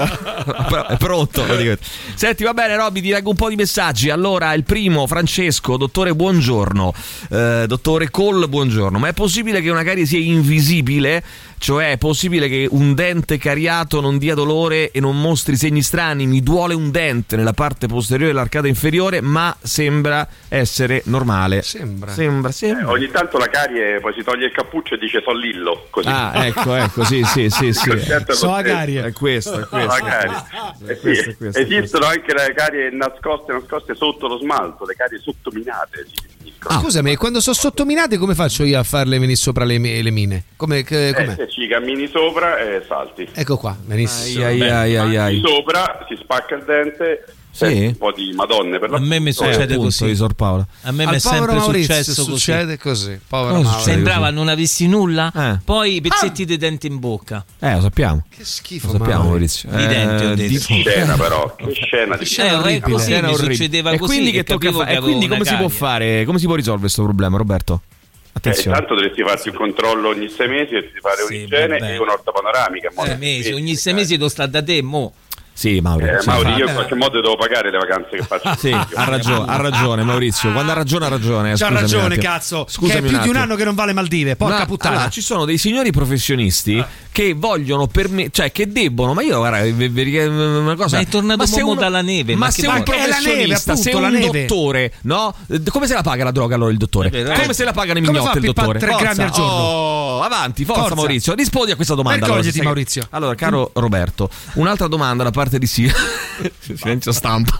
[SPEAKER 3] È pronto. Senti, va bene, Robby, ti leggo un po' di messaggi. Allora, il primo, Francesco, dottore, buongiorno. Dottore Cole, buongiorno. Ma è possibile che una carie sia invisibile? Cioè, è possibile che un dente cariato non dia dolore e non mostri segni strani? Mi duole un dente nella parte posteriore dell'arcata inferiore, ma sembra essere normale. Sembra.
[SPEAKER 9] Ogni tanto la carie poi si toglie il cappuccio e dice so Lillo, così.
[SPEAKER 3] Ecco, sì.
[SPEAKER 4] So la carie.
[SPEAKER 3] È questo.
[SPEAKER 9] Esistono anche le carie nascoste sotto lo smalto, le carie sottominate.
[SPEAKER 4] Scusami, e quando sono sottominate come faccio io a farle venire sopra le mine? Com'è?
[SPEAKER 9] Se ci cammini sopra e salti.
[SPEAKER 4] Ecco qua, benissimo.
[SPEAKER 9] Sopra si spacca il dente, un po' di madonne per
[SPEAKER 5] a me mi succede così
[SPEAKER 3] di Sor Paola.
[SPEAKER 5] A me mi è sempre successo così.
[SPEAKER 4] Succede così.
[SPEAKER 5] Sembrava non avessi nulla, poi i pezzetti di denti in bocca.
[SPEAKER 3] Lo sappiamo.
[SPEAKER 4] Che schifo.
[SPEAKER 3] Lo sappiamo, Maurizio.
[SPEAKER 5] Di denti ho detto.
[SPEAKER 9] Che scena però, che scena di
[SPEAKER 5] così mi succedeva
[SPEAKER 3] e
[SPEAKER 5] così.
[SPEAKER 3] Quindi che tocca fare? E quindi come si può fare? Come si può risolvere questo problema, Roberto? Attenzione.
[SPEAKER 9] Intanto dovresti farti un controllo ogni 6 mesi e fare un'igiene e un'ortopanoramica.
[SPEAKER 5] 6 mesi, ogni 6 mesi devo stare da te, mo.
[SPEAKER 3] Sì, Mauri.
[SPEAKER 9] Io in qualche modo devo pagare le vacanze che faccio.
[SPEAKER 3] Sì, ha ragione Maurizio. Quando ha ragione.
[SPEAKER 4] C'ha ragione, cazzo. Che è più di un anno che non va alle Maldive. Porca puttana.
[SPEAKER 3] Allora, ci sono dei signori professionisti che vogliono cioè che debbono. Ma io guarda, una cosa.
[SPEAKER 5] Ma è tornato uomo dalla neve.
[SPEAKER 3] Ma se un professionista, se un dottore, no? Come se la paga la droga allora il dottore? Come se la pagano i mignotti il dottore?
[SPEAKER 4] 3 grammi al giorno.
[SPEAKER 3] Avanti, forza Maurizio. Rispondi a questa domanda.
[SPEAKER 4] Vergognati, Maurizio.
[SPEAKER 3] Allora, caro Roberto, un'altra domanda da parte di silenzio stampa.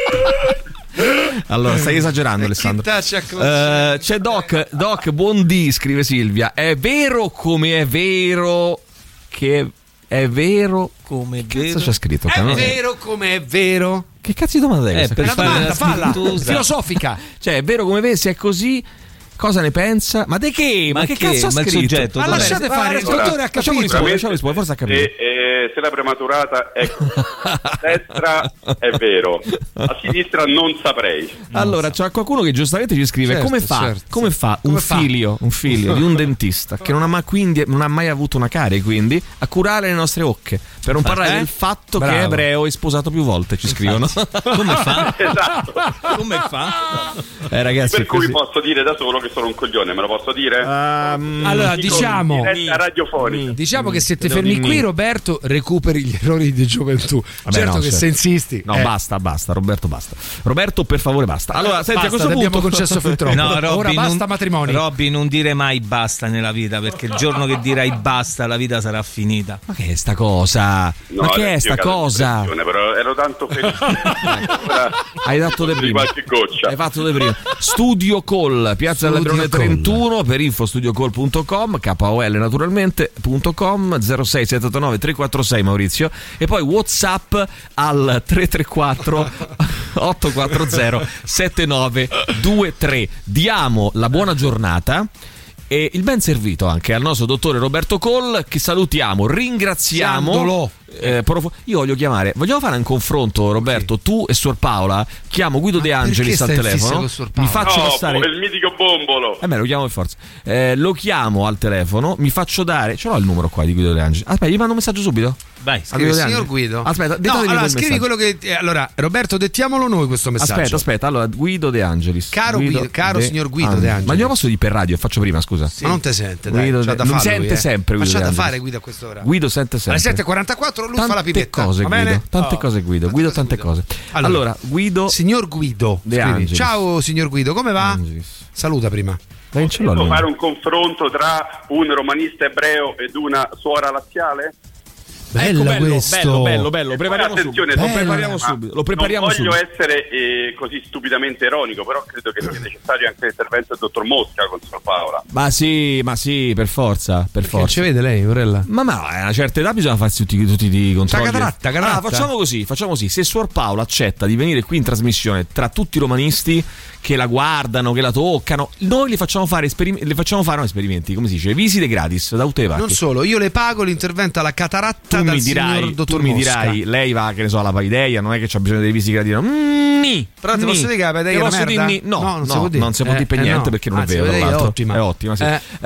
[SPEAKER 3] Allora, stai esagerando, Alessandro. C'è Doc buondì, scrive Silvia. È vero come è vero che è vero come è vero. Cosa c'è scritto?
[SPEAKER 4] È vero come è vero.
[SPEAKER 3] Che cazzo di domanda è questa?
[SPEAKER 4] Una domanda, falla, filosofica.
[SPEAKER 3] Cioè, è vero come è vero, se è così. Cosa ne pensa? Ma di che? Ma che cazzo ha scritto?
[SPEAKER 5] Soggetto,
[SPEAKER 4] ma lasciate fare, il dottore ha capito.
[SPEAKER 3] Facciamo rispondere, forse ha capito.
[SPEAKER 9] Se la prematurata è a destra è vero, a sinistra non saprei.
[SPEAKER 3] Allora c'è qualcuno che giustamente ci scrive come fa un figlio di un dentista che non ha mai avuto una carie, quindi a curare le nostre ocche, per non parlare del fatto che è ebreo e sposato più volte, ci scrivono.
[SPEAKER 5] Come fa?
[SPEAKER 9] Esatto.
[SPEAKER 5] Come fa?
[SPEAKER 3] Ragazzi,
[SPEAKER 9] per cui posso dire da solo che sono un coglione, me lo posso dire?
[SPEAKER 4] Allora diciamo che se ti fermi qui, Roberto, recuperi gli errori di gioventù. Certo che se insisti.
[SPEAKER 3] No, basta, Roberto, basta. Roberto, per favore, basta. Allora, senti, a questo punto
[SPEAKER 4] abbiamo concesso fin troppo.
[SPEAKER 5] No, Robby,
[SPEAKER 4] ora basta matrimoni.
[SPEAKER 5] Robby, non dire mai basta nella vita, perché il giorno che dirai basta, la vita sarà finita.
[SPEAKER 3] Ma che è sta cosa?
[SPEAKER 9] No,
[SPEAKER 3] ma che è sta cosa?
[SPEAKER 9] Però ero tanto felice.
[SPEAKER 3] Hai dato de prima.
[SPEAKER 9] Qualche goccia.
[SPEAKER 3] Hai fatto de prima. Studio Call, Piazza del Lebrone 31, per info studiocall.com, KOL naturalmente.com, 0679 346 Maurizio, e poi WhatsApp al 334 840 7923. Diamo la buona giornata e il ben servito anche al nostro dottore Roberto Call, che salutiamo, ringraziamo. Io vogliamo fare un confronto, Roberto, tu e Suor Paola. Chiamo Guido De Angelis al telefono, mi faccio passare
[SPEAKER 9] il mitico bombolo.
[SPEAKER 3] Lo chiamo per forza, lo chiamo al telefono, mi faccio dare, ce l'ho il numero qua di Guido De Angelis. Aspetta, gli mando un messaggio subito.
[SPEAKER 5] Vai,
[SPEAKER 4] signor Guido.
[SPEAKER 3] Aspetta,
[SPEAKER 4] allora scrivi quello che allora Roberto, dettiamolo noi questo messaggio.
[SPEAKER 3] Aspetta, allora Guido De Angelis.
[SPEAKER 4] Caro signor Guido De Angelis.
[SPEAKER 3] Ma glielo posso dire per radio, faccio prima, scusa.
[SPEAKER 4] Sì. Ma non te sente,
[SPEAKER 3] Guido
[SPEAKER 4] dai.
[SPEAKER 3] Non sente sempre Guido.
[SPEAKER 4] Ma c'ha da fare Guido a quest'ora.
[SPEAKER 3] Guido sente sempre.
[SPEAKER 4] Alle 7:44 lui fa la pipetta.
[SPEAKER 3] Tante cose Guido. Guido tante cose. Allora, Guido.
[SPEAKER 4] Signor Guido De Angelis. Ciao signor Guido, come va?
[SPEAKER 3] Angelis.
[SPEAKER 4] Saluta prima.
[SPEAKER 9] Posso fare un confronto tra un romanista ebreo ed una suora laziale?
[SPEAKER 4] Bello,
[SPEAKER 3] prepariamo subito. Lo prepariamo
[SPEAKER 9] non voglio
[SPEAKER 3] subito.
[SPEAKER 9] essere così stupidamente ironico, però credo che sia necessario anche l'intervento del dottor Mosca con Sor Paola.
[SPEAKER 3] Ma sì, per forza.
[SPEAKER 4] Perché ci vede lei, Morella?
[SPEAKER 3] Ma a una certa età bisogna farsi tutti i controlli.
[SPEAKER 4] Cataratta.
[SPEAKER 3] Facciamo così. Se Suor Paola accetta di venire qui in trasmissione tra tutti i romanisti che la guardano, che la toccano, noi le facciamo fare esperimenti, come si dice, visite gratis da Uteva.
[SPEAKER 4] Non solo, io le pago l'intervento alla cataratta dal signor dottor
[SPEAKER 3] Mosca.
[SPEAKER 4] Tu mi dirai,
[SPEAKER 3] lei va, che ne so, alla paideia, non è che c'ha bisogno delle visite gratis.
[SPEAKER 4] Però ti posso dire che la paideia è una merda?
[SPEAKER 3] Non si può dire per niente, perché non è vero.
[SPEAKER 4] È ottima.
[SPEAKER 3] È ottima, sì.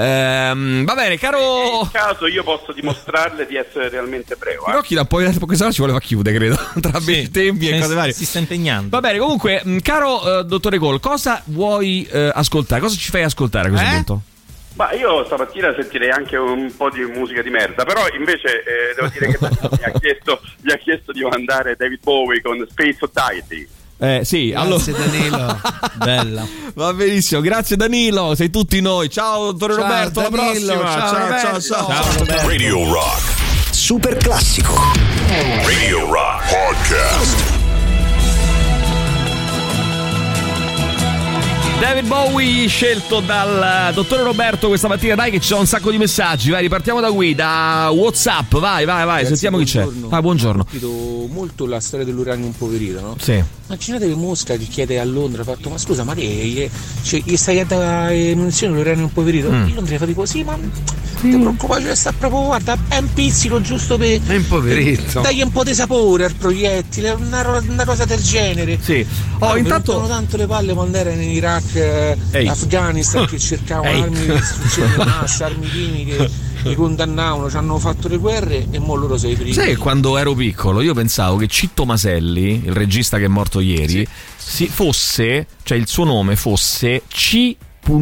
[SPEAKER 3] Va bene, caro.
[SPEAKER 9] In caso io posso dimostrarle di essere realmente ebreo.
[SPEAKER 3] Rocchi da un po' quest'ora ci voleva chiudere, credo. Tra tempi e cose varie.
[SPEAKER 5] Si sta impegnando.
[SPEAKER 3] Va bene, comunque, caro dottore Call, cosa vuoi ascoltare? Cosa ci fai ascoltare a questo punto?
[SPEAKER 9] Ma io stamattina sentirei anche un po' di musica di merda, però invece devo dire che mi ha chiesto di mandare David Bowie con Space Society.
[SPEAKER 3] Sì,
[SPEAKER 4] grazie Danilo.
[SPEAKER 5] Bella.
[SPEAKER 3] Va benissimo, grazie Danilo, sei tutti noi. Ciao dottore Roberto, alla prossima. Ciao.
[SPEAKER 2] Radio Rock.
[SPEAKER 1] Super classico.
[SPEAKER 2] Radio Rock Podcast.
[SPEAKER 3] David Bowie scelto dal dottore Roberto questa mattina. Dai che ci sono un sacco di messaggi. Vai, ripartiamo da qui, da WhatsApp. Vai, ragazzi, sentiamo chi c'è. Buongiorno.
[SPEAKER 10] Ho capito molto la storia dell'uranio impoverito, no?
[SPEAKER 3] Sì.
[SPEAKER 10] Immaginatevi Mosca che chiede a Londra, ha fatto: ma scusa, ma che gli stai a dare munizioni all'uranio impoverito? Io Londra fa tipo: sì, ma non ti preoccupare, cioè sta proprio, guarda, è un pizzico giusto per
[SPEAKER 4] impoverito.
[SPEAKER 10] Dagli un po' di sapore al proiettile, una cosa del genere.
[SPEAKER 3] Sì.
[SPEAKER 10] Intanto tanto le palle quando erano in Iraq, Afghanistan, che cercavano armi di distruzione di massa, armi chimiche, li condannavano, ci hanno fatto le guerre e mo loro sei free.
[SPEAKER 3] Sai, quando ero piccolo io pensavo che Citto Maselli, il regista che è morto ieri, fosse, cioè il suo nome fosse C.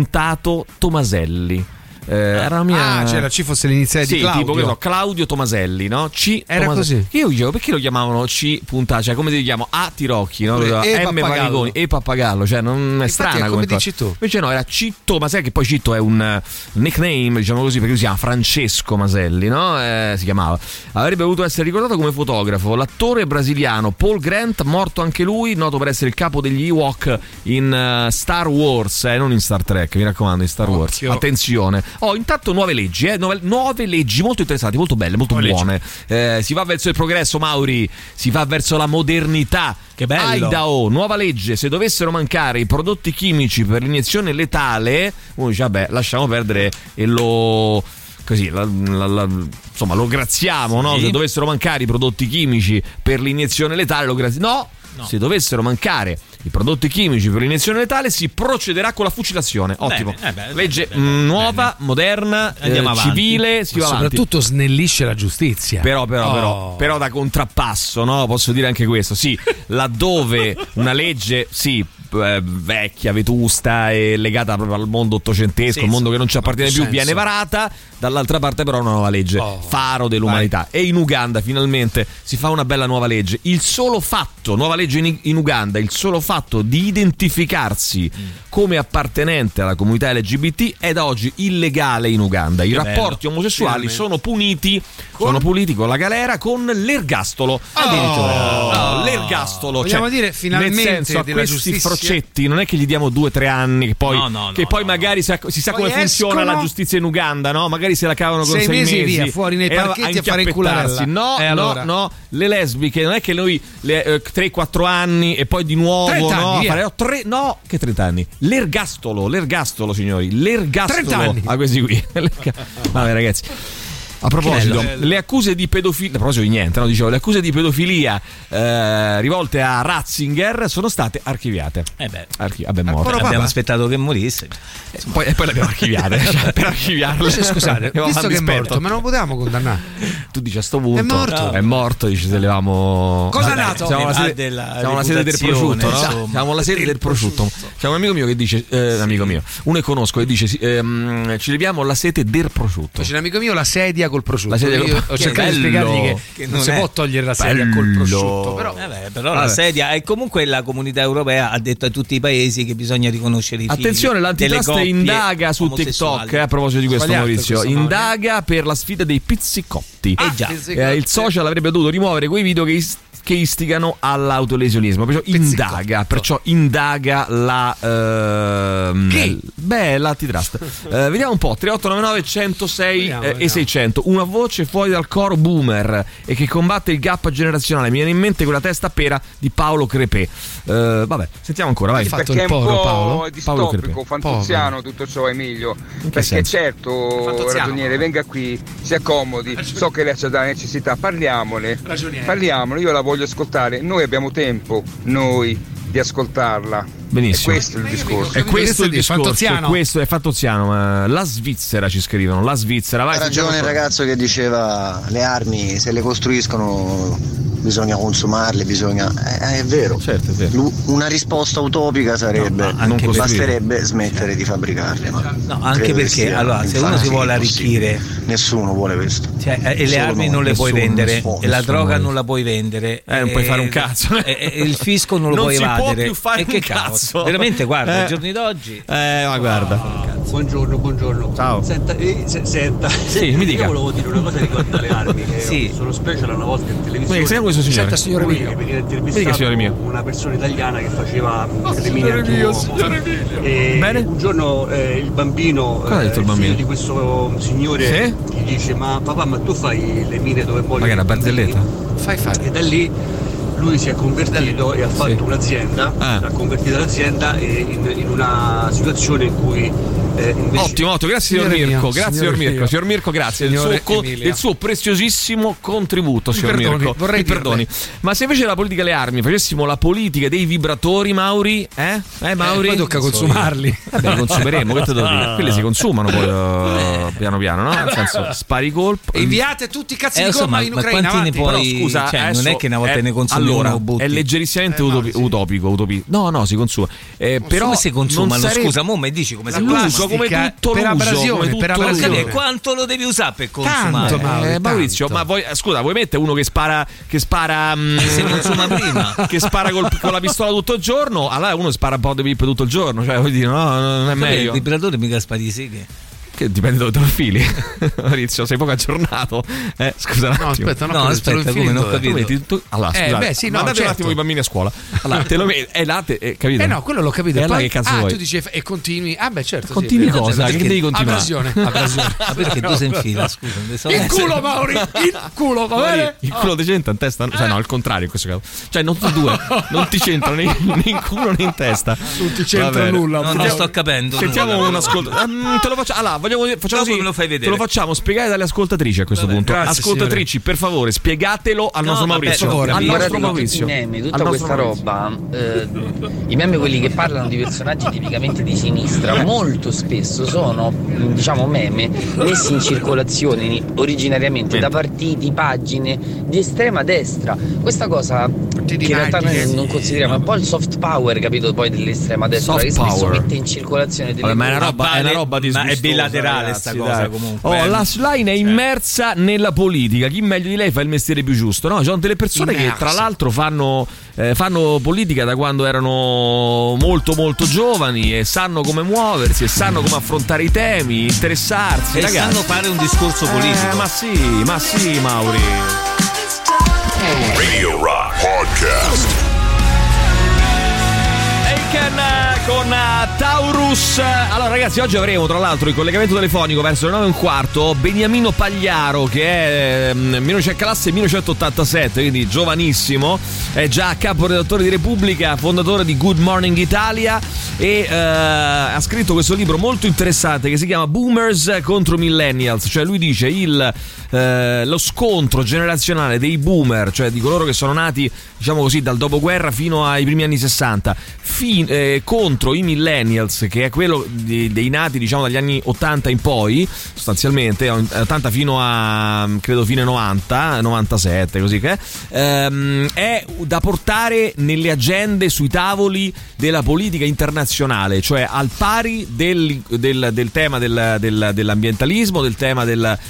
[SPEAKER 3] Tomaselli. Era la mia...
[SPEAKER 4] c'era C fosse l'iniziale di Claudio.
[SPEAKER 3] Tipo che so, Claudio Tomaselli, no? C.
[SPEAKER 4] Era
[SPEAKER 3] Tomaselli.
[SPEAKER 4] così.
[SPEAKER 3] Io dicevo, perché lo chiamavano C. Cioè, come ti chiamo? A. Tirocchi, no? M. Paniconi e Pappagallo. Cioè, non è strana
[SPEAKER 4] come dici tu.
[SPEAKER 3] Invece no, era Citto Maselli, che poi Citto è un nickname, diciamo così, perché si chiama Francesco Maselli, no? Si chiamava. Avrebbe voluto essere ricordato come fotografo. L'attore brasiliano Paul Grant, morto anche lui, noto per essere il capo degli Ewok in Star Wars, non in Star Trek, mi raccomando, in Star Wars. Attenzione. Intanto nuove leggi, nuove leggi molto interessanti, molto belle, molto buone. Si va verso il progresso, Mauri, si va verso la modernità.
[SPEAKER 5] Che bello.
[SPEAKER 3] Idaho, nuova legge: se dovessero mancare i prodotti chimici per l'iniezione letale, uno dice vabbè, lasciamo perdere e lo... così, insomma, lo graziamo, no? Se dovessero mancare i prodotti chimici per l'iniezione letale, lo graziamo. No. Se dovessero mancare i prodotti chimici per l'iniezione letale, si procederà con la fucilazione. Ottimo. Legge nuova, moderna, civile, si va avanti.
[SPEAKER 4] Soprattutto snellisce la giustizia.
[SPEAKER 3] Però da contrappasso, no? Posso dire anche questo. Sì, laddove una legge, vecchia, vetusta e legata proprio al mondo ottocentesco, il mondo che non ci appartiene più, viene varata, dall'altra parte però una nuova legge, faro dell'umanità. E in Uganda finalmente si fa una bella nuova legge. Il solo fatto, nuova legge in Uganda, il solo fatto di identificarsi come appartenente alla comunità LGBT è da oggi illegale in Uganda. I rapporti omosessuali sono puniti con la galera, con l'ergastolo. L'ergastolo,
[SPEAKER 4] vogliamo dire finalmente,
[SPEAKER 3] nel senso, a questi frocetti non è che gli diamo 2-3 anni che poi, magari si sa come funziona la giustizia in Uganda, no? Magari se la cavano con 6 mesi
[SPEAKER 4] via, fuori nei parchetti a fare incularsi.
[SPEAKER 3] No, le lesbiche non è che noi 3-4 anni e poi di nuovo
[SPEAKER 4] 30
[SPEAKER 3] che 30 anni. L'ergastolo, signori, l'ergastolo a questi qui. Vabbè, ragazzi. A proposito, le accuse di pedofilia, a proposito di niente, le accuse di pedofilia rivolte a Ratzinger sono state archiviate. Morto.
[SPEAKER 5] Abbiamo aspettato che morisse.
[SPEAKER 3] Poi l'abbiamo archiviate. Per archiviarle.
[SPEAKER 4] Scusate, visto che è morto, ma non lo potevamo condannare.
[SPEAKER 3] Tu dici a sto punto. È morto, dici se levamo.
[SPEAKER 4] Cosa è nato?
[SPEAKER 3] Siamo la sede del prosciutto, no? Siamo la sede del prosciutto. C'è un amico mio che dice, amico mio, uno che conosco, che dice ci leviamo la sete del prosciutto.
[SPEAKER 4] C'è un amico mio, la sedia col prosciutto. Io ho cercato di spiegargli che non si può togliere la sedia col prosciutto,
[SPEAKER 5] però la sedia, e comunque la comunità europea ha detto a tutti i paesi che bisogna riconoscere i figli.
[SPEAKER 3] Attenzione, l'antitrust indaga su TikTok, a proposito di questo, Maurizio, indaga per la sfida dei pizzicotti. Il social avrebbe dovuto rimuovere quei video che istigano all'autolesionismo, perciò indaga l'antitrust. Vediamo un po'. 3899 106 e 600. Una voce fuori dal coro boomer e che combatte il gap generazionale. Mi viene in mente quella testa pera di Paolo Crepè. Vabbè, sentiamo ancora, vai.
[SPEAKER 6] Perché è un po' distopico, fantuziano tutto ciò, Emilio. Perché certo, ragioniere, venga qui, si accomodi. So che lei c'ha della necessità, parliamone. Io la voglio ascoltare, noi abbiamo tempo di ascoltarla.
[SPEAKER 3] Benissimo.
[SPEAKER 6] E questo è il discorso.
[SPEAKER 3] È questo il discorso. Questo è Fantozziano. Ma la Svizzera ci scrivono. La Svizzera, vai.
[SPEAKER 7] Ha ragione il ragazzo che diceva le armi se le costruiscono bisogna consumarle, è vero.
[SPEAKER 3] Certo, è vero.
[SPEAKER 7] Una risposta utopica sarebbe basterebbe smettere di fabbricarle.
[SPEAKER 5] No, anche perché allora se uno si vuole arricchire,
[SPEAKER 7] nessuno vuole questo.
[SPEAKER 5] E le armi non le puoi vendere, e la droga non la puoi vendere,
[SPEAKER 3] non puoi fare un cazzo.
[SPEAKER 5] E il fisco non lo puoi evadere.
[SPEAKER 3] Non si può più fare
[SPEAKER 5] un cazzo. Veramente, guarda, ai giorni d'oggi.
[SPEAKER 3] Ma guarda.
[SPEAKER 10] Buongiorno.
[SPEAKER 3] Ciao.
[SPEAKER 10] Senta.
[SPEAKER 3] Sì, mi dica.
[SPEAKER 10] Io volevo dire una cosa riguardo alle armi. Sì. Sono special una volta in televisione.
[SPEAKER 3] Sentiamo questo signore.
[SPEAKER 4] Senta, signore mio.
[SPEAKER 10] Veniva intervistato una persona italiana che faceva le mine antiuomo.
[SPEAKER 3] Bene.
[SPEAKER 10] Un giorno il bambino, figlio di questo signore, gli dice: ma papà, ma tu fai le mine dove muoiono?
[SPEAKER 3] Ma che è una barzelletta?
[SPEAKER 10] Fai. E da lì lui si è convertito e ha fatto un'azienda, ha convertito l'azienda in una situazione in cui
[SPEAKER 3] ottimo, grazie signor Mirko, signor Mirko, grazie del suo preziosissimo contributo, signor Mirko.
[SPEAKER 4] Vorrei perdoni.
[SPEAKER 3] Ma se invece la politica delle armi facessimo la politica dei vibratori, Mauri, Mauri?
[SPEAKER 4] Poi tocca consumarli.
[SPEAKER 3] Li consumeremo, che te devo dire? Quelli si consumano poi piano piano, no? Nel senso, spari colpo.
[SPEAKER 4] Inviate tutti i cazzi di gomma in Ucraina.
[SPEAKER 5] Ma
[SPEAKER 3] però scusa,
[SPEAKER 5] non è che una volta ne consumi
[SPEAKER 3] allora, è leggerissimamente utopico. No, si consuma. Però
[SPEAKER 5] come si consumano? Scusa, mo mi dici come si consuma?
[SPEAKER 3] Come tutto
[SPEAKER 4] per abrasione.
[SPEAKER 5] Quanto lo devi usare per consumare?
[SPEAKER 3] Tanto, Maurizio, ma vuoi mettere uno che spara
[SPEAKER 5] si consuma prima,
[SPEAKER 3] che spara con la pistola tutto il giorno? Allora uno spara un po' di VIP tutto il giorno, cioè vuol dire no, non è meglio.
[SPEAKER 5] Il vibratore mica spara di seghe.
[SPEAKER 3] Che dipende dove te lo fili. Maurizio, sei poco aggiornato. Scusa un attimo.
[SPEAKER 5] Aspetta, come non ho capito.
[SPEAKER 3] Allora, scusate, mandate un attimo i bambini a scuola. Allora, te lo metti, capito?
[SPEAKER 4] No, quello l'ho capito.
[SPEAKER 3] Allora che cazzo vuoi?
[SPEAKER 4] Tu dici e continui. Certo.
[SPEAKER 3] Continui cosa? Che devi continuare?
[SPEAKER 4] Abrasione.
[SPEAKER 5] Ma perché tu sei in fila, scusa.
[SPEAKER 4] Il culo, Mauri! Il culo, va bene?
[SPEAKER 3] Il culo ti c'entra in testa? Cioè no, al contrario in questo caso. Cioè non tutti e due. Non ti c'entra né in culo né in testa.
[SPEAKER 4] Non ti c'entra nulla.
[SPEAKER 5] Non ti sto capendo.
[SPEAKER 3] Sentiamo un ascolto. Te lo faccio. Allora, facciamo così.
[SPEAKER 5] Me lo fai vedere.
[SPEAKER 3] Te lo facciamo spiegare dalle ascoltatrici a questo punto.
[SPEAKER 4] Grazie,
[SPEAKER 3] ascoltatrici,
[SPEAKER 4] signore.
[SPEAKER 3] Per favore, spiegatelo al nostro Maurizio.
[SPEAKER 10] Al nostro Maurizio. I meme, tutta questa roba, i meme, quelli che parlano di personaggi tipicamente di sinistra, molto spesso sono, diciamo, meme messi in circolazione originariamente da partiti, pagine di estrema destra. Questa cosa che in realtà noi non consideriamo, è un po' il soft power, capito? Poi dell'estrema destra, che spesso mette in circolazione delle
[SPEAKER 3] ma è una roba disgustosa,
[SPEAKER 5] ma è bilaterale sta cosa. Comunque.
[SPEAKER 3] La Schlein è immersa nella politica. Chi meglio di lei fa il mestiere più giusto, no? Ci sono delle persone che tra l'altro fanno politica da quando erano molto molto giovani e sanno come muoversi e sanno come affrontare i temi, interessarsi,
[SPEAKER 5] e ragazzi. Sanno fare un discorso politico.
[SPEAKER 3] Ma sì, Mauri.
[SPEAKER 2] Radio Rock Podcast.
[SPEAKER 3] Con Taurus. Allora ragazzi, oggi avremo tra l'altro il collegamento telefonico verso le 9:15 Beniamino Pagliaro, che è classe 1987, quindi giovanissimo, è già caporedattore di Repubblica, fondatore di Good Morning Italia e ha scritto questo libro molto interessante che si chiama Boomers contro Millennials. Cioè lui dice lo scontro generazionale dei boomer, cioè di coloro che sono nati, diciamo così, dal dopoguerra fino ai primi anni 60, contro i millennials, che è quello dei nati, diciamo, dagli anni 80 in poi, sostanzialmente 80 fino a credo fine 90, 97, così che è da portare nelle agende, sui tavoli della politica internazionale, cioè al pari del tema dell'ambientalismo, del tema del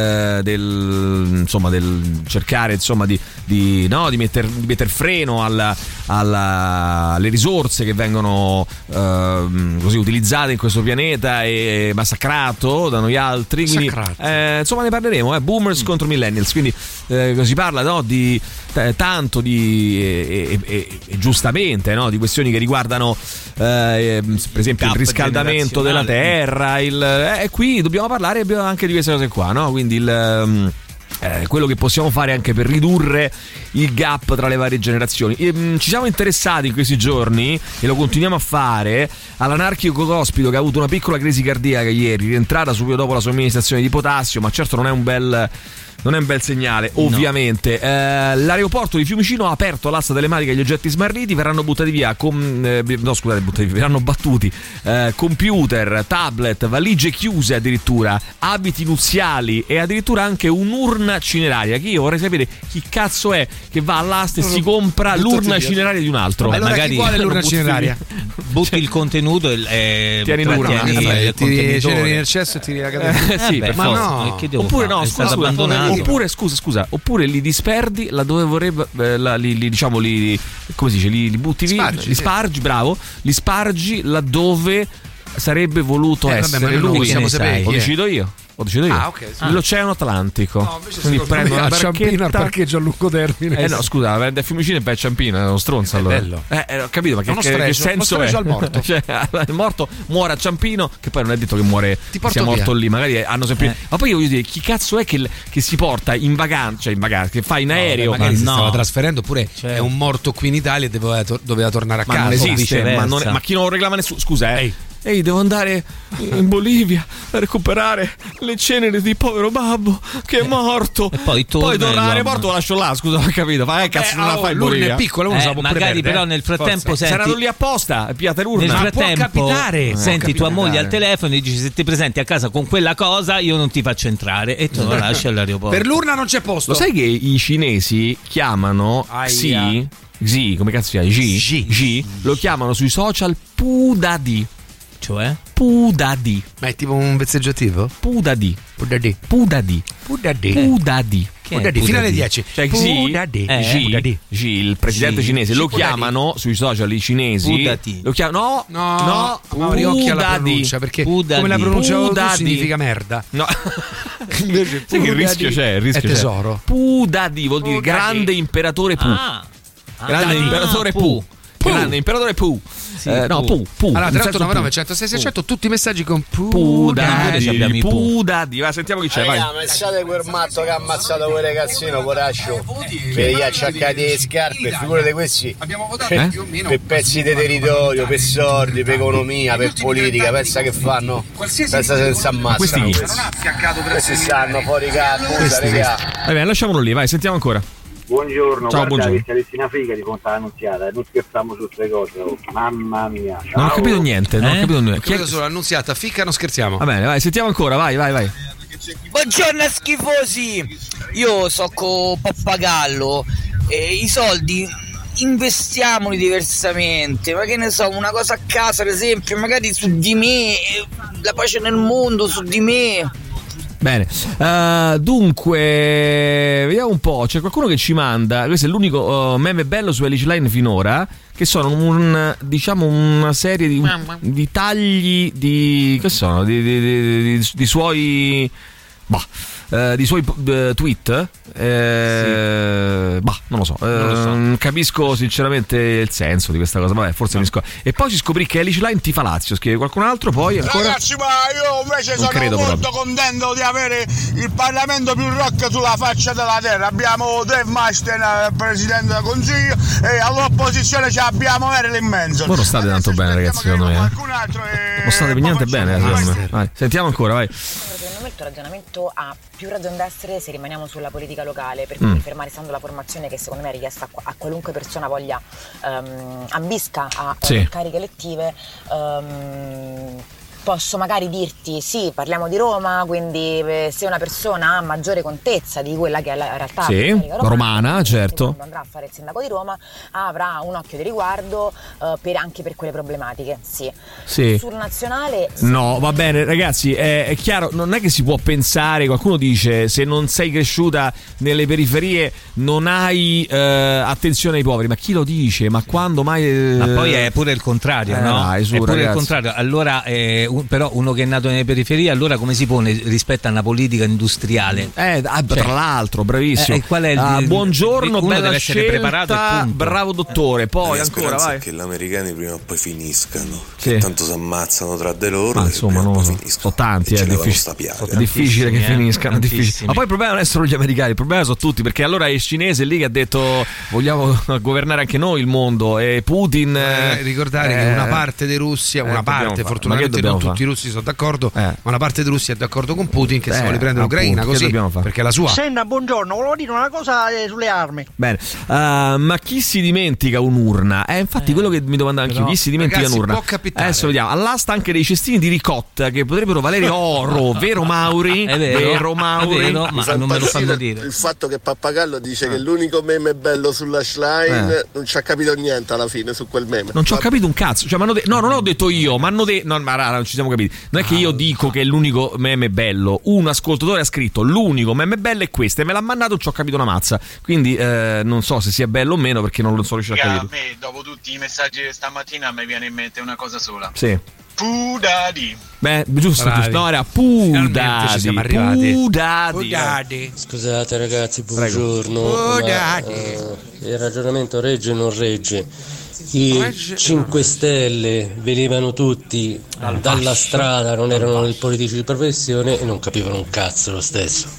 [SPEAKER 3] cercare, insomma, di metter freno alle risorse che vengono così utilizzate in questo pianeta e massacrato da noi altri, quindi insomma ne parleremo, Boomers contro Millennials, quindi si parla, no, di tanto e giustamente, no, di questioni che riguardano per esempio il riscaldamento della terra, e qui dobbiamo parlare anche di queste cose qua, no? Quindi quello che possiamo fare anche per ridurre il gap tra le varie generazioni. Ci siamo interessati in questi giorni, e lo continuiamo a fare, all'anarchico Cospito, che ha avuto una piccola crisi cardiaca ieri, rientrata subito dopo la somministrazione di potassio, ma certo non è un bel segnale, ovviamente. L'aeroporto di Fiumicino ha aperto l'asta telematica agli oggetti smarriti, verranno verranno battuti computer, tablet, valigie chiuse, addirittura abiti nuziali e addirittura anche un'urna cineraria, che io vorrei sapere chi cazzo è che va all'asta e si compra l'urna cineraria di un altro.
[SPEAKER 4] Allora, magari chi vuole l'urna cineraria?
[SPEAKER 5] Butti il contenuto e
[SPEAKER 3] tieni l'urna,
[SPEAKER 4] tiri nel cesso e tiri la catena.
[SPEAKER 3] Sì, per forza. No.
[SPEAKER 5] Che devo
[SPEAKER 3] oppure
[SPEAKER 5] fare?
[SPEAKER 3] no, scusa, abbandonato. Scusa, oppure li disperdi laddove vorrebbe, come si dice, li butti via, li spargi, bravo, li spargi laddove sarebbe voluto essere lui. Lo decido io.
[SPEAKER 4] Okay, sì.
[SPEAKER 3] L'Oceano Atlantico.
[SPEAKER 4] No, quindi prendo una Ciampino al parcheggio a lungo termine.
[SPEAKER 3] No, scusa, da Fiumicino e vai a Ciampino, è uno stronzo allora.
[SPEAKER 4] Bello.
[SPEAKER 3] Ho capito, ma che senso è?
[SPEAKER 4] Al morto.
[SPEAKER 3] Cioè, il morto muore a Ciampino, che poi non è detto che muore sia morto lì, magari hanno sempre. Ma poi io voglio dire, chi cazzo è che si porta in vacanza, che fa in aereo?
[SPEAKER 4] Magari si stava trasferendo, oppure è un morto qui in Italia e doveva tornare a casa.
[SPEAKER 3] Non esiste, ma chi non lo reclama nessuno. Scusa, Ehi, devo andare in Bolivia a recuperare le ceneri di povero babbo che è morto.
[SPEAKER 5] E poi torna
[SPEAKER 3] all'aeroporto, lo lascio là. Scusa, ho capito. Cazzo, non la fai in Bolivia.
[SPEAKER 4] Lui è piccolo, uno sa
[SPEAKER 5] magari però nel frattempo
[SPEAKER 3] saranno lì apposta, piate l'urna.
[SPEAKER 5] Nel frattempo
[SPEAKER 4] può capitare.
[SPEAKER 5] Senti tua moglie al telefono e dici: se ti presenti a casa con quella cosa, io non ti faccio entrare, e tu lo lasci all'aeroporto.
[SPEAKER 4] Per l'urna non c'è posto.
[SPEAKER 3] Lo sai che i cinesi chiamano Xi, come cazzo si chiama? Xi, lo chiamano sui social Pudadi.
[SPEAKER 5] Cioè?
[SPEAKER 3] Pudadi.
[SPEAKER 4] Ma è tipo un vezzeggiativo?
[SPEAKER 3] Pudadi.
[SPEAKER 4] Fino alle 10.
[SPEAKER 3] Cioè Xi, il presidente cinese, lo chiamano sui social i cinesi.
[SPEAKER 5] Pudadi.
[SPEAKER 3] Lo chiamano
[SPEAKER 4] No, Mauri, occhio alla pronuncia, perché come la pronuncia significa merda.
[SPEAKER 3] No. Invece sai che rischio c'è?
[SPEAKER 4] È tesoro.
[SPEAKER 3] Pudadi vuol dire grande imperatore Pu. Grande imperatore Pu. Grande imperatore Pu.
[SPEAKER 5] Sì,
[SPEAKER 3] Pu.
[SPEAKER 4] Allora 3899 106 600 tutti i messaggi con
[SPEAKER 3] Pudadi. Va, sentiamo chi c'è. Vai.
[SPEAKER 7] Ammazzate quel matto che ha ammazzato quel ragazzino, poraccio, per gli acciaccati le scarpe. Figurate questi per pezzi di territorio, per soldi, per economia, per politica. Pensa che fanno? Pensa se si ammazzano. Questi stanno fuori cazzo, regà.
[SPEAKER 3] Vabbè, lasciamolo lì, vai, sentiamo ancora.
[SPEAKER 11] Buongiorno,
[SPEAKER 3] ciao, buongiorno.
[SPEAKER 11] Che Alessina Figa di Fontana Annunziata, non scherziamo su queste cose, mamma mia. Ciao.
[SPEAKER 3] Non ho capito niente,
[SPEAKER 4] Chi è solo Annunziata, Fica, non scherziamo.
[SPEAKER 3] Va bene, vai, sentiamo ancora, vai.
[SPEAKER 12] Buongiorno schifosi, io so con Pappagallo e i soldi investiamoli diversamente, ma che ne so, una cosa a casa ad esempio, magari su di me, la pace nel mondo su di me.
[SPEAKER 3] Bene, dunque vediamo un po', c'è qualcuno che ci manda, questo è l'unico meme bello su Elish Line finora, che sono una serie di tagli di che sono di suoi tweet. Non lo so. Capisco sinceramente il senso di questa cosa. Vabbè, forse mi scopro. E poi si scoprì che Elish Line tifa Lazio, scrive qualcun altro. Poi ancora.
[SPEAKER 8] Ragazzi, ma io invece sono molto contento di avere il Parlamento più rock sulla faccia della terra. Abbiamo Dave Mustaine, presidente del Consiglio, e all'opposizione abbiamo Marilyn Manson.
[SPEAKER 3] Voi non state tanto bene, ragazzi, secondo me. Non state per niente bene, secondo me. Vai, sentiamo ancora, vai.
[SPEAKER 13] Secondo me il tuo ragionamento ha più ragione d'essere se rimaniamo sulla politica locale, per cui fermare stando la formazione che secondo me è richiesta a qualunque persona voglia ambisca a cariche elettive. Posso magari dirti sì, parliamo di Roma, quindi se una persona ha maggiore contezza di quella che è la realtà
[SPEAKER 3] romana, certo,
[SPEAKER 13] quando andrà a fare il sindaco di Roma avrà un occhio di riguardo anche per quelle problematiche. Sì. Sul nazionale
[SPEAKER 3] no, va bene ragazzi, è chiaro, non è che si può pensare, qualcuno dice se non sei cresciuta nelle periferie non hai attenzione ai poveri, ma chi lo dice? Ma quando mai
[SPEAKER 5] ma poi è pure il contrario, no?
[SPEAKER 3] È pure
[SPEAKER 5] ragazzi. Il contrario, allora però uno che è nato nelle periferie, allora come si pone rispetto a una politica industriale?
[SPEAKER 3] Tra l'altro, bravissimo.
[SPEAKER 5] Qual è
[SPEAKER 3] buongiorno,
[SPEAKER 5] uno
[SPEAKER 3] bella
[SPEAKER 5] deve essere preparato,
[SPEAKER 3] bravo dottore. Poi ancora vai.
[SPEAKER 14] Che gli americani prima o poi finiscano,
[SPEAKER 3] che
[SPEAKER 14] tanto si ammazzano tra di loro.
[SPEAKER 3] Insomma, sono tanti, è difficile che finiscano. Ma poi il problema non è solo gli americani, il problema sono tutti, perché allora è il cinese lì che ha detto vogliamo governare anche noi il mondo, e Putin
[SPEAKER 4] ricordare che una parte di Russia, una parte fortunatamente non tutti i russi sono d'accordo, ma una parte di Russia è d'accordo con Putin che si vuole prendere l'Ucraina così, perché è la sua.
[SPEAKER 12] Senna, buongiorno, volevo dire una cosa sulle armi.
[SPEAKER 3] Bene, ma chi si dimentica un'urna? Infatti quello che mi domandavo anch'io, chi si dimentica un'urna? Adesso vediamo, all'asta anche dei cestini di ricotta che potrebbero valere oro, vero Mauri?
[SPEAKER 5] È vero, ma non me lo fanno dire.
[SPEAKER 7] Il fatto che Pappagallo dice che l'unico meme bello sulla Schlein non ci ha capito niente alla fine su quel meme.
[SPEAKER 3] Non ci ho capito un cazzo, cioè no, non l'ho detto io, ma hanno detto non ci siamo capiti. Non è che io dico che è l'unico meme bello. Un ascoltatore ha scritto l'unico meme bello è questo e me l'ha mandato, non ci ho capito una mazza. Quindi non so se sia bello o meno, perché non lo so riuscito a capire.
[SPEAKER 15] A me, dopo tutti i messaggi di stamattina, mi viene in mente una cosa sola.
[SPEAKER 3] Sì.
[SPEAKER 6] Pudadi.
[SPEAKER 3] Beh, giusto, no, era Pudadi.
[SPEAKER 4] Siamo arrivati.
[SPEAKER 3] Pudadi.
[SPEAKER 15] Scusate ragazzi, buongiorno. Il ragionamento regge o non regge? I 5 Stelle venivano tutti dalla strada, non erano dei politici di professione e non capivano un cazzo lo stesso.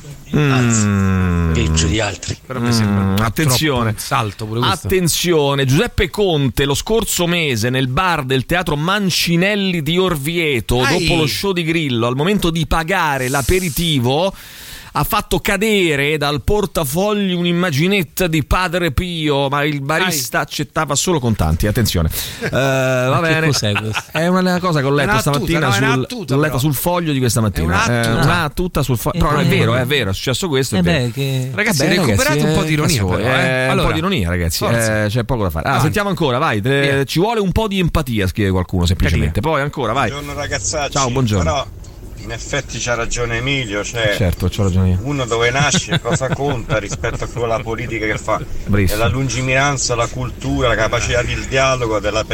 [SPEAKER 15] Anzi, peggio di altri.
[SPEAKER 3] Però mi sembra attenzione,
[SPEAKER 4] salto pure questo.
[SPEAKER 3] Attenzione, Giuseppe Conte lo scorso mese nel bar del teatro Mancinelli di Orvieto, dopo lo show di Grillo, al momento di pagare l'aperitivo, ha fatto cadere dal portafogli un'immaginetta di Padre Pio, ma il barista accettava solo contanti. Attenzione, va bene.
[SPEAKER 5] Cos'è questo?
[SPEAKER 3] È una cosa che ho letto stamattina l'ho letta sul foglio di questa mattina. Una tuta sul foglio. Però non è vero, è successo questo.
[SPEAKER 4] Ragazzi, recuperate un po' di ironia.
[SPEAKER 3] Un po' di ironia, ragazzi. C'è poco da fare. Sentiamo ancora, vai. Ci vuole un po' di empatia, scrive qualcuno semplicemente. Poi ancora, vai.
[SPEAKER 8] Buongiorno ragazzacci.
[SPEAKER 3] Ciao, buongiorno.
[SPEAKER 8] Però in effetti c'ha ragione Emilio, cioè
[SPEAKER 3] certo, c'ho ragione io.
[SPEAKER 8] Uno dove nasce, cosa conta rispetto a quella politica che fa. È la lungimiranza, la cultura, la capacità di dialogo, della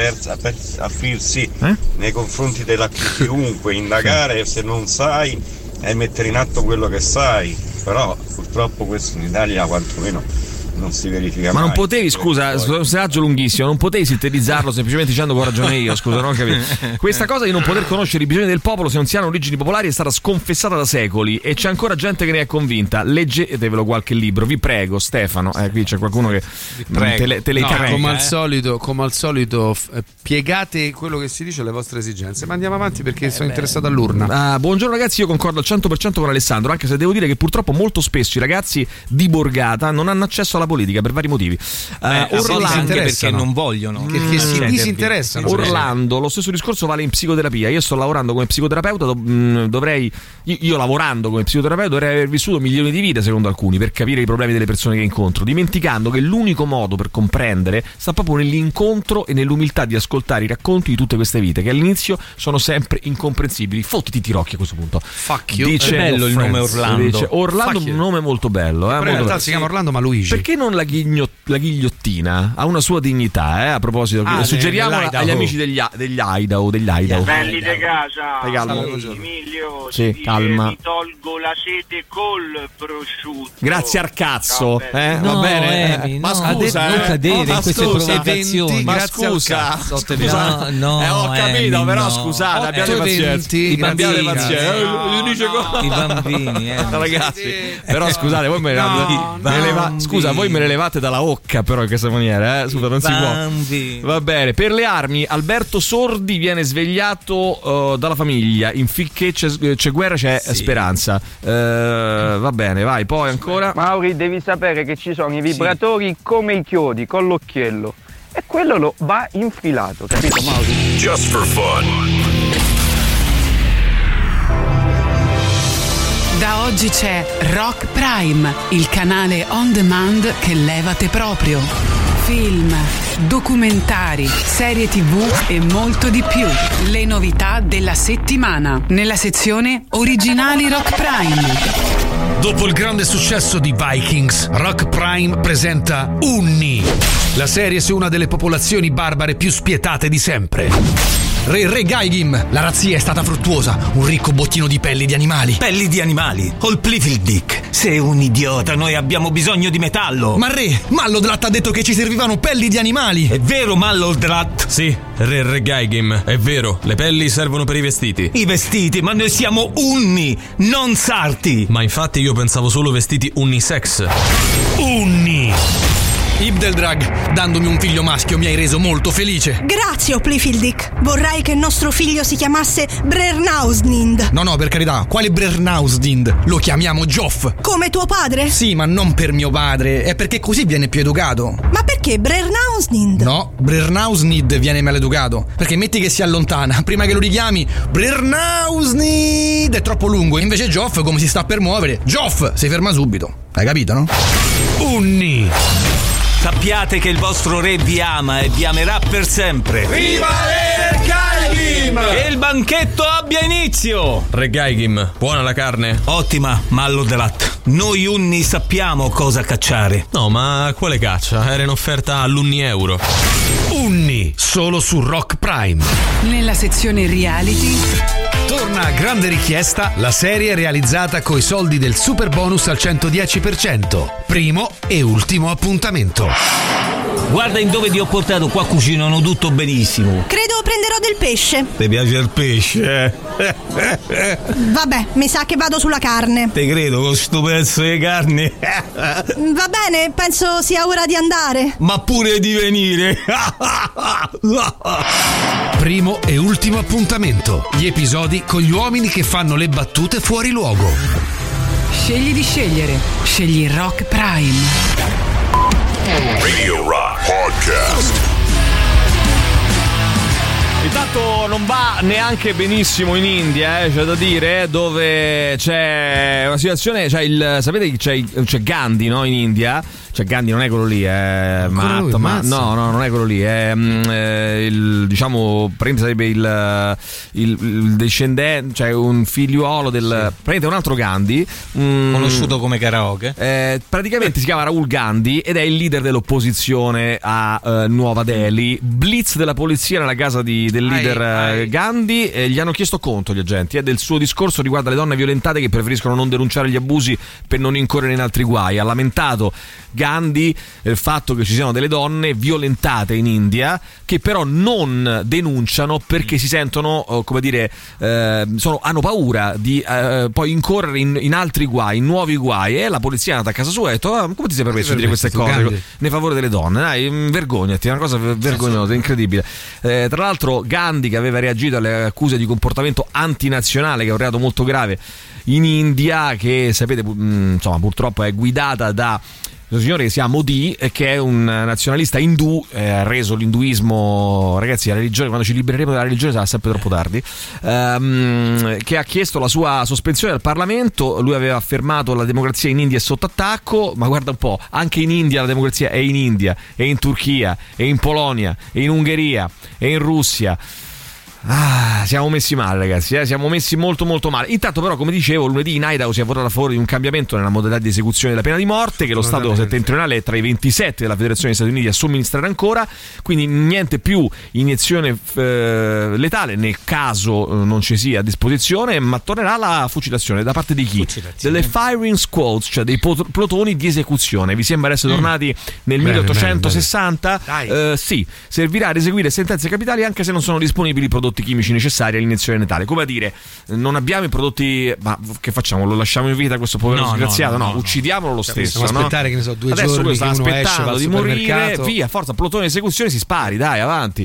[SPEAKER 8] aprirsi nei confronti della chiunque, indagare se non sai e mettere in atto quello che sai. Però purtroppo questo in Italia quantomeno non si verifica mai.
[SPEAKER 3] Ma non potevi, scusa, un messaggio lunghissimo, non potevi sintetizzarlo semplicemente dicendo che ho ragione io, scusa, non ho capito. Questa cosa di non poter conoscere i bisogni del popolo se non si hanno origini popolari è stata sconfessata da secoli e c'è ancora gente che ne è convinta. Leggetevelo qualche libro, vi prego, Stefano. Qui c'è qualcuno che te le carica.
[SPEAKER 4] Come al solito, piegate quello che si dice alle vostre esigenze. Ma andiamo avanti perché sono interessato all'urna.
[SPEAKER 3] Buongiorno ragazzi, io concordo al 100% con Alessandro, anche se devo dire che purtroppo molto spesso i ragazzi di borgata non hanno accesso alla politica per vari motivi.
[SPEAKER 5] Orlando, anche perché non vogliono,
[SPEAKER 4] perché si disinteressano.
[SPEAKER 3] Orlando, lo stesso discorso vale in psicoterapia. Io sto lavorando come psicoterapeuta, io lavorando come psicoterapeuta dovrei aver vissuto milioni di vite secondo alcuni per capire i problemi delle persone che incontro, dimenticando che l'unico modo per comprendere sta proprio nell'incontro e nell'umiltà di ascoltare i racconti di tutte queste vite che all'inizio sono sempre incomprensibili. Fottiti Tirocchi a questo punto.
[SPEAKER 4] Fuck you.
[SPEAKER 3] Dice,
[SPEAKER 5] è bello il nome Orlando.
[SPEAKER 3] Dice, Orlando è un nome molto bello.
[SPEAKER 4] Però in realtà si chiama Orlando ma Luigi.
[SPEAKER 3] Perché non la ghigliottina? Ha una sua dignità, a proposito. Suggeriamo agli amici degli Idaho.
[SPEAKER 6] Belli de casa.
[SPEAKER 3] Emilio, calma.
[SPEAKER 6] Mi tolgo la sete col prosciutto.
[SPEAKER 3] Grazie al cazzo.
[SPEAKER 5] No,
[SPEAKER 3] va bene.
[SPEAKER 5] Ma scusa, non cadere in queste provocazioni.
[SPEAKER 3] Ma scusa. Ho capito,
[SPEAKER 5] no.
[SPEAKER 3] però scusate, abbiate pazienza. I
[SPEAKER 5] bambini,
[SPEAKER 3] ragazzi. Però scusate, voi me le levate dalla occa, però in questa maniera, scusa, non si può. Va bene. Per le armi, Alberto Sordi viene svegliato dalla famiglia. Finché c'è guerra c'è speranza. Va bene, vai, poi ancora.
[SPEAKER 16] Mauri, devi sapere che ci sono i vibratori come i chiodi con l'occhiello e quello lo va infilato, capito Mauri?
[SPEAKER 2] Just for fun.
[SPEAKER 17] Da oggi c'è Rock Prime, il canale on demand che levate proprio. Film, documentari, serie TV e molto di più. Le novità della settimana nella sezione Originali Rock Prime.
[SPEAKER 18] Dopo il grande successo di Vikings, Rock Prime presenta Unni, la serie su una delle popolazioni barbare più spietate di sempre. Re Gaigim, la razzia è stata fruttuosa, un ricco bottino di pelli di animali.
[SPEAKER 19] Pelli di animali? Dick, sei un idiota, noi abbiamo bisogno di metallo.
[SPEAKER 18] Ma re, Mallodrat ha detto che ci servivano pelli di animali.
[SPEAKER 19] È vero, Mallodrat?
[SPEAKER 20] Sì, Re Gaigim, è vero, le pelli servono per i vestiti.
[SPEAKER 19] I vestiti? Ma noi siamo unni, non sarti.
[SPEAKER 20] Ma infatti io pensavo solo vestiti unisex.
[SPEAKER 18] Unni! Ibdeldrag, dandomi un figlio maschio mi hai reso molto felice.
[SPEAKER 21] Grazie, Dick. Vorrei che il nostro figlio si chiamasse Brernausnind.
[SPEAKER 18] No, per carità, quale Brernausnind? Lo chiamiamo Joff.
[SPEAKER 21] Come tuo padre?
[SPEAKER 18] Sì, ma non per mio padre, è perché così viene più educato.
[SPEAKER 21] Ma perché Brernausnind?
[SPEAKER 18] No, Brernausnind viene maleducato. Perché metti che si allontana, prima che lo richiami Brernausnind è troppo lungo. Invece Joff, come si sta per muovere, Joff si ferma subito. Hai capito, no? Unni!
[SPEAKER 19] Sappiate che il vostro re vi ama e vi amerà per sempre.
[SPEAKER 18] Viva Re Gaigim!
[SPEAKER 19] Che il banchetto abbia inizio!
[SPEAKER 20] Re Gaigim, buona la carne?
[SPEAKER 19] Ottima, mallo de latte. Noi unni sappiamo cosa cacciare.
[SPEAKER 20] No, ma quale caccia? Era in offerta all'unni euro.
[SPEAKER 18] Unni, solo su Rock Prime.
[SPEAKER 17] Nella sezione reality
[SPEAKER 18] torna a grande richiesta la serie realizzata coi soldi del super bonus al 110%. Primo e ultimo appuntamento.
[SPEAKER 19] Guarda in dove vi ho portato, qua cucinano tutto benissimo.
[SPEAKER 21] Credo prenderò del pesce.
[SPEAKER 19] Ti piace il pesce?
[SPEAKER 21] Vabbè, mi sa che vado sulla carne.
[SPEAKER 19] Te credo con sto pezzo di carne.
[SPEAKER 21] Va bene, penso sia ora di andare.
[SPEAKER 19] Ma pure di venire.
[SPEAKER 18] Primo e ultimo appuntamento. Gli episodi con gli uomini che fanno le battute fuori luogo.
[SPEAKER 17] Scegli di scegliere. Scegli Rock Prime.
[SPEAKER 2] Radio Rock Podcast.
[SPEAKER 3] Intanto non va neanche benissimo in India, c'è da dire, dove c'è una situazione, sapete che c'è Gandhi, no, in India? Cioè Gandhi non è quello lì, è Mahatma. No, non è quello lì, è sarebbe il discendente, cioè un figliuolo del praticamente un altro Gandhi,
[SPEAKER 5] conosciuto come karaoke.
[SPEAKER 3] Praticamente si chiama Rahul Gandhi ed è il leader dell'opposizione a Nuova Delhi. Blitz della polizia nella casa del leader Gandhi, gli hanno chiesto conto gli agenti del suo discorso riguardo alle donne violentate che preferiscono non denunciare gli abusi per non incorrere in altri guai. Ha lamentato Gandhi il fatto che ci siano delle donne violentate in India che però non denunciano perché si sentono, hanno paura di poi incorrere in altri guai, in nuovi guai, e la polizia è andata a casa sua e ha detto: come ti sei permesso di dire queste cose nei favore delle donne? Dai, vergognati, è una cosa vergognosa, incredibile. Tra l'altro Gandhi, che aveva reagito alle accuse di comportamento antinazionale, che è un reato molto grave in India, che sapete purtroppo è guidata da un signore che si chiama Modi, che è un nazionalista indù, ha reso l'induismo, ragazzi, la religione, quando ci libereremo dalla religione sarà sempre troppo tardi, che ha chiesto la sua sospensione dal Parlamento. Lui aveva affermato: la democrazia in India è sotto attacco, ma guarda un po', anche in India la democrazia è in India, è in Turchia, è in Polonia, è in Ungheria, è in Russia. Siamo messi male, ragazzi, siamo messi molto molto male. Intanto però, come dicevo, lunedì in Idaho si è votato a favore di un cambiamento nella modalità di esecuzione della pena di morte, che lo Stato settentrionale è tra i 27 della Federazione degli Stati Uniti a somministrare ancora. Quindi niente più iniezione letale nel caso non ci sia a disposizione, ma tornerà la fucilazione da parte di chi? Delle firing squads, cioè dei plotoni di esecuzione. Vi sembra essere tornati nel 1860? Sì, servirà ad eseguire sentenze capitali anche se non sono disponibili prodotti chimici necessari all'iniezione letale. Come a dire, non abbiamo i prodotti, ma che facciamo? Lo lasciamo in vita questo povero disgraziato? No, uccidiamolo lo stesso.
[SPEAKER 4] Possiamo aspettare, che ne so, 2
[SPEAKER 3] adesso
[SPEAKER 4] giorni
[SPEAKER 3] sta
[SPEAKER 4] che uno
[SPEAKER 3] aspettando di morire, via, forza, plotone di esecuzione, si spari, dai, avanti.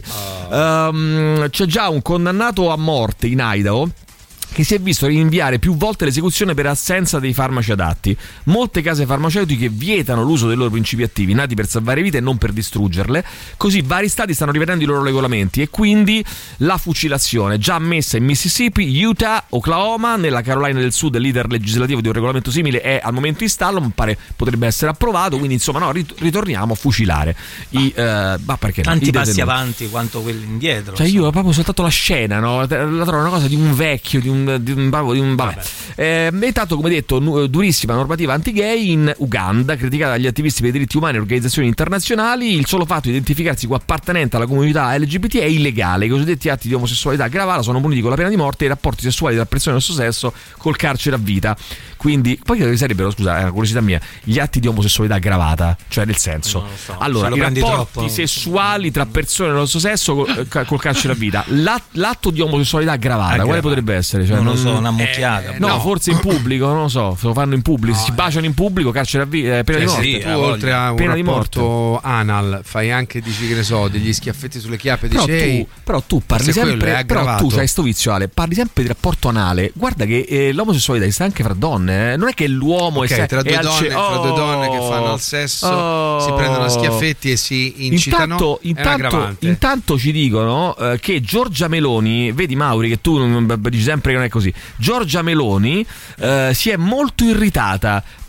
[SPEAKER 3] C'è già un condannato a morte in Idaho che si è visto rinviare più volte l'esecuzione per assenza dei farmaci adatti. Molte case farmaceutiche vietano l'uso dei loro principi attivi, nati per salvare vite e non per distruggerle. Così vari stati stanno rivedendo i loro regolamenti e quindi la fucilazione, già ammessa in Mississippi, Utah, Oklahoma, nella Carolina del Sud il leader legislativo di un regolamento simile è al momento in stallo, ma pare potrebbe essere approvato. Quindi insomma ritorniamo a fucilare perché
[SPEAKER 5] tanti passi avanti quanto quelli indietro.
[SPEAKER 3] Cioè io ho proprio soltanto la scena, no? La trovo una cosa di un vecchio, di un vabbè. E tanto, come detto, durissima normativa anti-gay in Uganda, criticata dagli attivisti per i diritti umani e organizzazioni internazionali. Il solo fatto di identificarsi come appartenente alla comunità LGBT è illegale. I cosiddetti atti di omosessualità aggravata sono puniti con la pena di morte e i rapporti sessuali tra persone del stesso sesso col carcere a vita. Quindi poi che sarebbero, scusa, è una curiosità mia, gli atti di omosessualità aggravata, cioè nel senso, allora, i rapporti sessuali tra persone dello stesso sesso col carcere a vita. L'atto di omosessualità aggravata, quale potrebbe essere? Cioè,
[SPEAKER 5] non lo so, una mucchiata.
[SPEAKER 3] No, forse in pubblico, non lo so, se lo fanno in pubblico, si baciano in pubblico, carcere a vita, pena di morte.
[SPEAKER 4] Sì, tu oltre a un rapporto anal fai anche, dici, che ne so, degli schiaffetti sulle chiappe,
[SPEAKER 3] però tu parli sempre, però tu c'hai sto vizio, Ale, parli sempre di rapporto anale. Guarda che l'omosessualità esiste anche fra donne, non è che l'uomo
[SPEAKER 4] tra due donne che fanno il sesso si prendono a schiaffetti e si incitano.
[SPEAKER 3] Intanto ci dicono che Giorgia Meloni, vedi Mauri che tu dici sempre che non è così, Giorgia Meloni si è molto irritata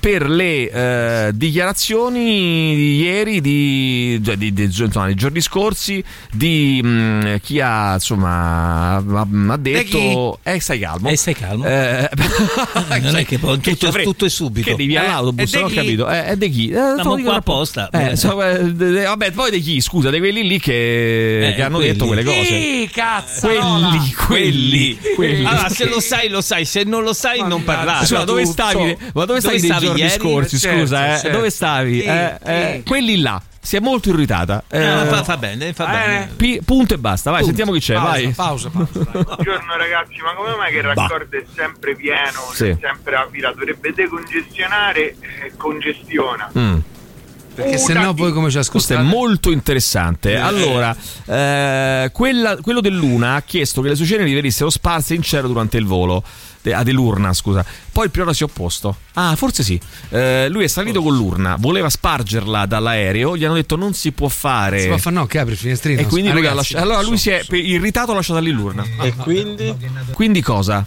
[SPEAKER 3] per le dichiarazioni di ieri, dei giorni scorsi, di chi ha insomma ha detto stai calmo.
[SPEAKER 5] Non è che poi tutto è subito.
[SPEAKER 3] Che devi all'autobus, non ho capito. È di chi?
[SPEAKER 5] Stiamo qua apposta.
[SPEAKER 3] Vabbè, poi di chi? Scusa, di quelli lì che hanno detto quelle cose.
[SPEAKER 4] Sì, cazzo.
[SPEAKER 3] Quelli.
[SPEAKER 5] Allora, se lo sai, se non lo sai non parlare.
[SPEAKER 3] Scusa, dove stavi? Ma dove stavi dei giorni ieri? Scorsi? Scusa, dove stavi? Quelli là. Si è molto irritata.
[SPEAKER 5] Va bene.
[SPEAKER 3] Punto e basta. Vai, sentiamo chi c'è. Vai.
[SPEAKER 9] Pausa. Buongiorno ragazzi, ma come mai che il raccordo è sempre pieno, sempre la fila? Dovrebbe decongestionare e congestiona.
[SPEAKER 4] Perché se no voi come ci ascoltate?
[SPEAKER 3] Questo è molto interessante. Allora, quello dell'Una ha chiesto che le sue ceneri venissero sparse in cielo durante il volo. Dell'urna, scusa. Poi il pilota si è opposto. Forse sì. Lui è salito con l'urna, voleva spargerla dall'aereo, gli hanno detto non si può fare.
[SPEAKER 4] Si può fare, no, che apri il finestrino.
[SPEAKER 3] E quindi allora lui si è irritato, ha lasciato lì l'urna.
[SPEAKER 9] E quindi?
[SPEAKER 3] Quindi cosa?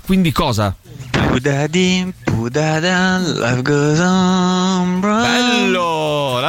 [SPEAKER 9] Life goes on, bro.
[SPEAKER 3] Bello!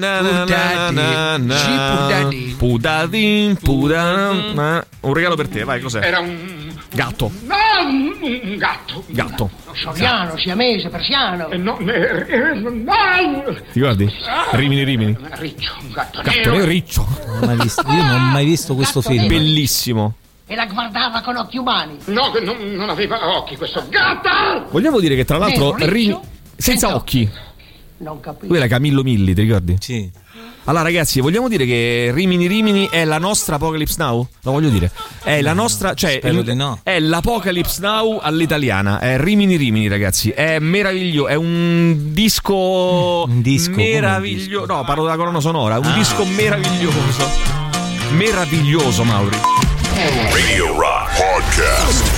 [SPEAKER 3] Un regalo per te, vai, cos'è?
[SPEAKER 9] Era un
[SPEAKER 3] gatto.
[SPEAKER 9] No, un gatto.
[SPEAKER 3] Gatto.
[SPEAKER 9] Soriano, siamese, persiano. No.
[SPEAKER 3] Ti ricordi? Rimini.
[SPEAKER 9] Riccio, un gatto
[SPEAKER 3] nero riccio.
[SPEAKER 5] Io non ho mai visto questo film.
[SPEAKER 3] Bellissimo.
[SPEAKER 9] E la guardava con occhi umani. No, non aveva occhi questo gatto.
[SPEAKER 3] Vogliamo dire che tra l'altro senza occhi.
[SPEAKER 9] Non capisco.
[SPEAKER 3] Lui era Camillo Milli, ti ricordi?
[SPEAKER 5] Sì.
[SPEAKER 3] Allora ragazzi, vogliamo dire che Rimini è la nostra Apocalypse Now? Lo voglio dire. È la nostra, cioè
[SPEAKER 5] no.
[SPEAKER 3] È l'Apocalypse Now all'italiana. È Rimini ragazzi. È meraviglioso, è un disco meraviglioso. No, parlo della colonna sonora, un disco meraviglioso. Meraviglioso, Mauri.
[SPEAKER 2] Radio Rock Podcast.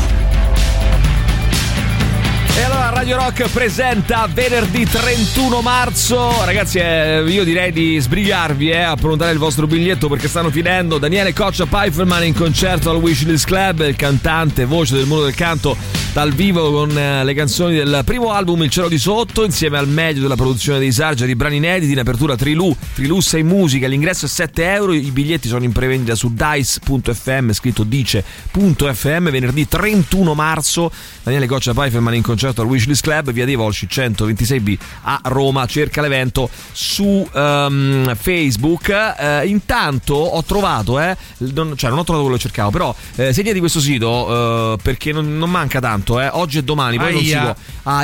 [SPEAKER 3] E allora Radio Rock presenta venerdì 31 marzo. Ragazzi, io direi di sbrigarvi a prenotare il vostro biglietto perché stanno finendo. Daniele Coccia Pfeifferman in concerto al Wishlist Club, il cantante, voce del mondo del canto dal vivo con le canzoni del primo album Il cielo di sotto, insieme al meglio della produzione dei Sargeri, brani inediti in apertura Trilù 6 musica. L'ingresso è €7, i biglietti sono in prevendita su dice.fm, scritto dice.fm. Venerdì 31 marzo Daniele Coccia Pfeifferman in concerto al Wishlist Club, via dei Volsci 126B a Roma. Cerca l'evento su Facebook. Intanto ho trovato non ho trovato quello che cercavo, però segnati questo sito perché non manca tanto oggi e domani, poi non si può. A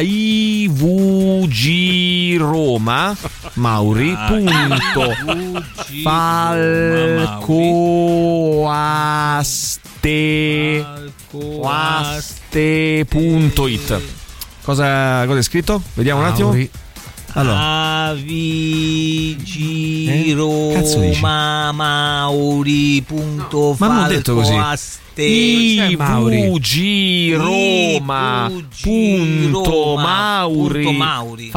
[SPEAKER 3] IVG Roma Mauri.falcoaste.it. Cosa è scritto? Vediamo un attimo. Allora. Mauri.falcoaste. Ma non ho detto così. IVG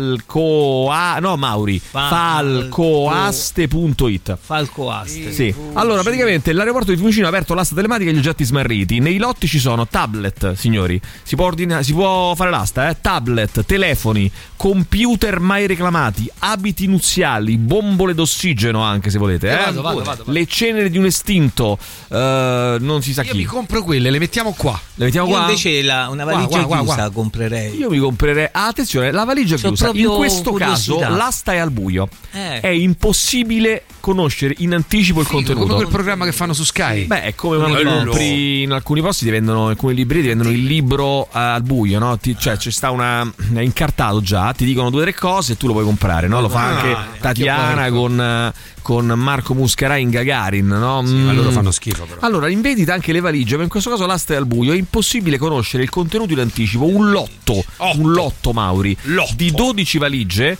[SPEAKER 3] falcoaste.it.
[SPEAKER 5] Falcoaste.
[SPEAKER 3] Sì. Allora, praticamente l'aeroporto di Fiumicino ha aperto l'asta telematica e gli oggetti smarriti. Nei lotti ci sono tablet, signori. Si può fare l'asta, tablet, telefoni, computer mai reclamati, abiti nuziali, bombole d'ossigeno anche se volete.
[SPEAKER 4] Vado.
[SPEAKER 3] Le ceneri di un estinto, non si sa chi.
[SPEAKER 4] Io mi compro quelle, le mettiamo qua.
[SPEAKER 5] Io invece una valigia chiusa comprerei.
[SPEAKER 3] Io mi comprerei. Attenzione, la valigia chiusa. In questo caso l'asta è al buio. È impossibile conoscere in anticipo il contenuto.
[SPEAKER 4] Come quel programma che fanno su Sky.
[SPEAKER 3] Beh, è come quando ti compri in alcuni posti ti vendono, alcuni libri ti vendono il libro al buio, no? Cioè ci sta è incartato già, ti dicono 2 o 3 cose e tu lo puoi comprare, no? Lo fa anche Tatiana con Marco Muscarà in Gagarin, no?
[SPEAKER 4] Sì, ma loro fanno schifo però.
[SPEAKER 3] Allora, in vendita anche le valigie, ma in questo caso l'asta è al buio, è impossibile conoscere il contenuto in anticipo. Un lotto Mauri, di 12 valigie,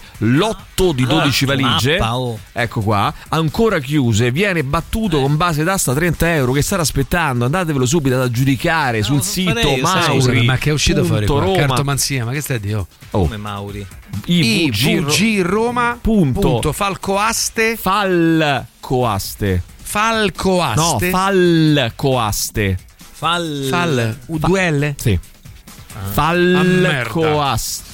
[SPEAKER 3] ecco qua, ancora chiuse, viene battuto con base d'asta €30 che state aspettando, andatevelo subito ad aggiudicare sul sito Mauri.
[SPEAKER 4] Ma che è uscito fuori qua? Cartomanzia, ma che stai a dire?
[SPEAKER 5] Come Mauri?
[SPEAKER 3] IVG
[SPEAKER 4] Roma punto falcoaste.
[SPEAKER 3] Falcoaste.
[SPEAKER 4] No,
[SPEAKER 3] falcoaste.
[SPEAKER 4] U2L?
[SPEAKER 3] Sì. Falcoaste.it.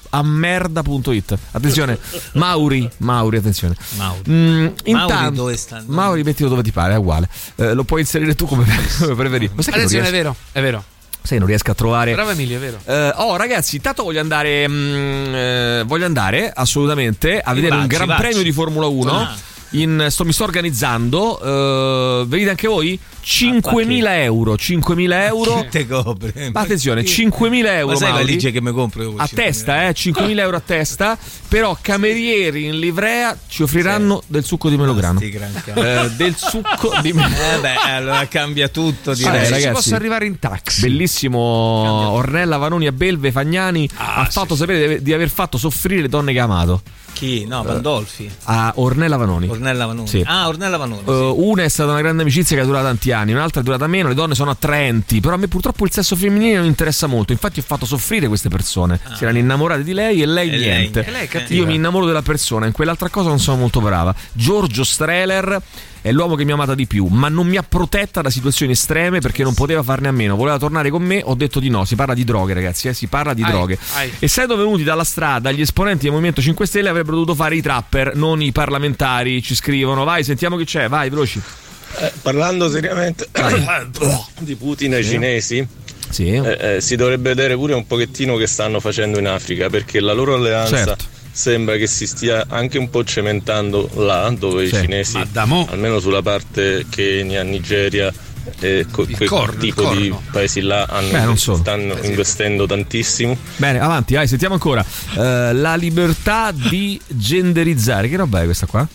[SPEAKER 3] merda.it. Attenzione, Mauri, attenzione.
[SPEAKER 5] Mauri dove stanno?
[SPEAKER 3] Mauri, mettilo dove ti pare, è uguale. Lo puoi inserire tu come preferisci.
[SPEAKER 4] Attenzione, è vero.
[SPEAKER 3] Sai, non riesco a trovare.
[SPEAKER 4] Bravo Emilio, è vero.
[SPEAKER 3] Ragazzi, intanto voglio andare assolutamente a vedere un Gran Premio di Formula 1. Mi sto organizzando. Venite anche voi? 5.000 euro.
[SPEAKER 5] Chi te copre?
[SPEAKER 3] Ma attenzione, 5.000 euro.
[SPEAKER 5] Ma sai la valigia che mi compro io?
[SPEAKER 3] A testa, 5.000 euro a testa. Però camerieri in livrea ci offriranno del succo di melograno. Del succo di melograno.
[SPEAKER 5] Allora cambia tutto.
[SPEAKER 3] Ragazzi,
[SPEAKER 4] ci posso arrivare in taxi.
[SPEAKER 3] Bellissimo. Ornella Vanoni a Belve Fagnani ha fatto sapere di aver fatto soffrire le donne che ha amato.
[SPEAKER 5] Chi? No, Pandolfi.
[SPEAKER 3] Ornella Vanoni.
[SPEAKER 5] Sì.
[SPEAKER 3] Ornella Vanoni. Una è stata una grande amicizia che è durata tanti anni, un'altra è durata meno, le donne sono attraenti, però a me purtroppo il sesso femminile non interessa molto, infatti ho fatto soffrire queste persone. Si erano innamorate di lei e lei niente. Io mi innamoro della persona, in quell'altra cosa non sono molto brava. Giorgio Streller è l'uomo che mi ha amata di più, ma non mi ha protetta da situazioni estreme perché non poteva farne a meno. Voleva tornare con me, ho detto di no. Si parla di droghe, ragazzi, si parla di droghe. Essendo venuti dalla strada, gli esponenti del Movimento 5 Stelle avrebbero dovuto fare i trapper, non i parlamentari, ci scrivono. Vai, sentiamo chi c'è, vai, veloci.
[SPEAKER 1] Parlando seriamente di Putin e cinesi, si dovrebbe vedere pure un pochettino che stanno facendo in Africa, perché la loro alleanza sembra che si stia anche un po' cementando là dove i cinesi, almeno sulla parte Kenya, Nigeria e quel tipo di paesi là stanno investendo tantissimo.
[SPEAKER 3] Bene, avanti, vai, sentiamo ancora. La libertà di genderizzare, che roba è questa qua?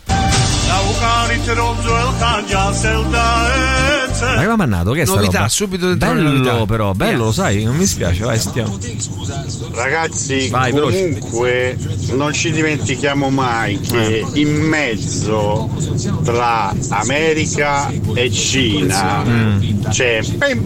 [SPEAKER 3] Ma che va mannato? Che è sta
[SPEAKER 4] novità,
[SPEAKER 3] roba?
[SPEAKER 4] subito dentro
[SPEAKER 3] bello
[SPEAKER 4] novità.
[SPEAKER 3] Però, bello, lo sai, non mi spiace, vai, sentiamo.
[SPEAKER 22] Ragazzi, comunque non ci dimentichiamo mai che in mezzo tra America e Cina c'è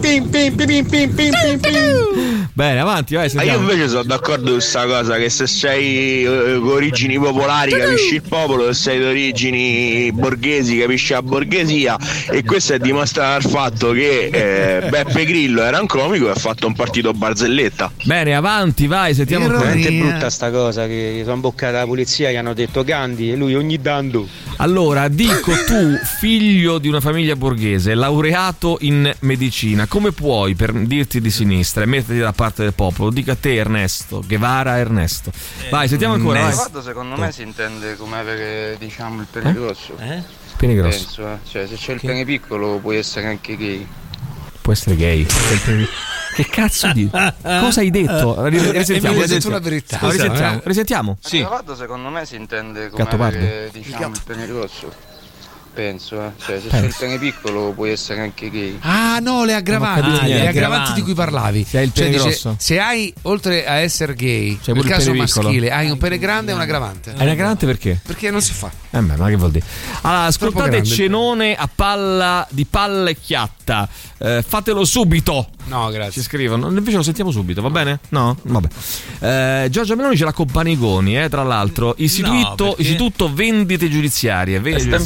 [SPEAKER 3] bene, avanti, vai, sentiamo.
[SPEAKER 6] Io invece sono d'accordo con questa cosa, che se sei origini popolari capisci il popolo, se sei di origini borghesi capisci la borghesia, e questo è dimostrato dal fatto che Beppe Grillo era un comico e ha fatto un partito barzelletta.
[SPEAKER 3] Bene, avanti, vai, sentiamo.
[SPEAKER 23] È veramente brutta sta cosa che sono boccata la polizia, gli hanno detto Gandhi e lui ogni tanto.
[SPEAKER 3] Allora, dico, tu figlio di una famiglia borghese, laureato in medicina, come puoi per dirti di sinistra e metterti da parte del popolo? Dica a te Ernesto, Guevara Ernesto. Vai, sentiamo ancora.
[SPEAKER 23] Vai. Secondo me si intende come avere, diciamo, il pene grosso.
[SPEAKER 3] Pene grosso.
[SPEAKER 23] Penso, cioè, se c'è il pene piccolo puoi essere anche gay.
[SPEAKER 3] Può essere gay. Che cazzo di... Cosa hai detto? Risentiamo.
[SPEAKER 4] Hai detto una verità.
[SPEAKER 3] Risentiamo.
[SPEAKER 23] Sì. Secondo me si intende come avere, diciamo, il pene grosso. Penso, cioè se c'è il pene piccolo puoi essere anche gay.
[SPEAKER 4] Ah no, le aggravanti di cui parlavi.
[SPEAKER 3] Se hai il pene grosso.
[SPEAKER 4] Se hai, oltre a essere gay, nel caso maschile, hai un pene grande, è un aggravante.
[SPEAKER 3] È un aggravante perché?
[SPEAKER 4] Perché non si fa.
[SPEAKER 3] Ma che vuol dire? Allora, ascoltate Cenone a palla di palla e chiatta. Fatelo subito.
[SPEAKER 4] No, grazie.
[SPEAKER 3] Ci scrivono. Invece lo sentiamo subito, va bene? No? Vabbè. Giorgia Meloni ce l'ha con Panigoni, tra l'altro. Istituto vendite giudiziarie.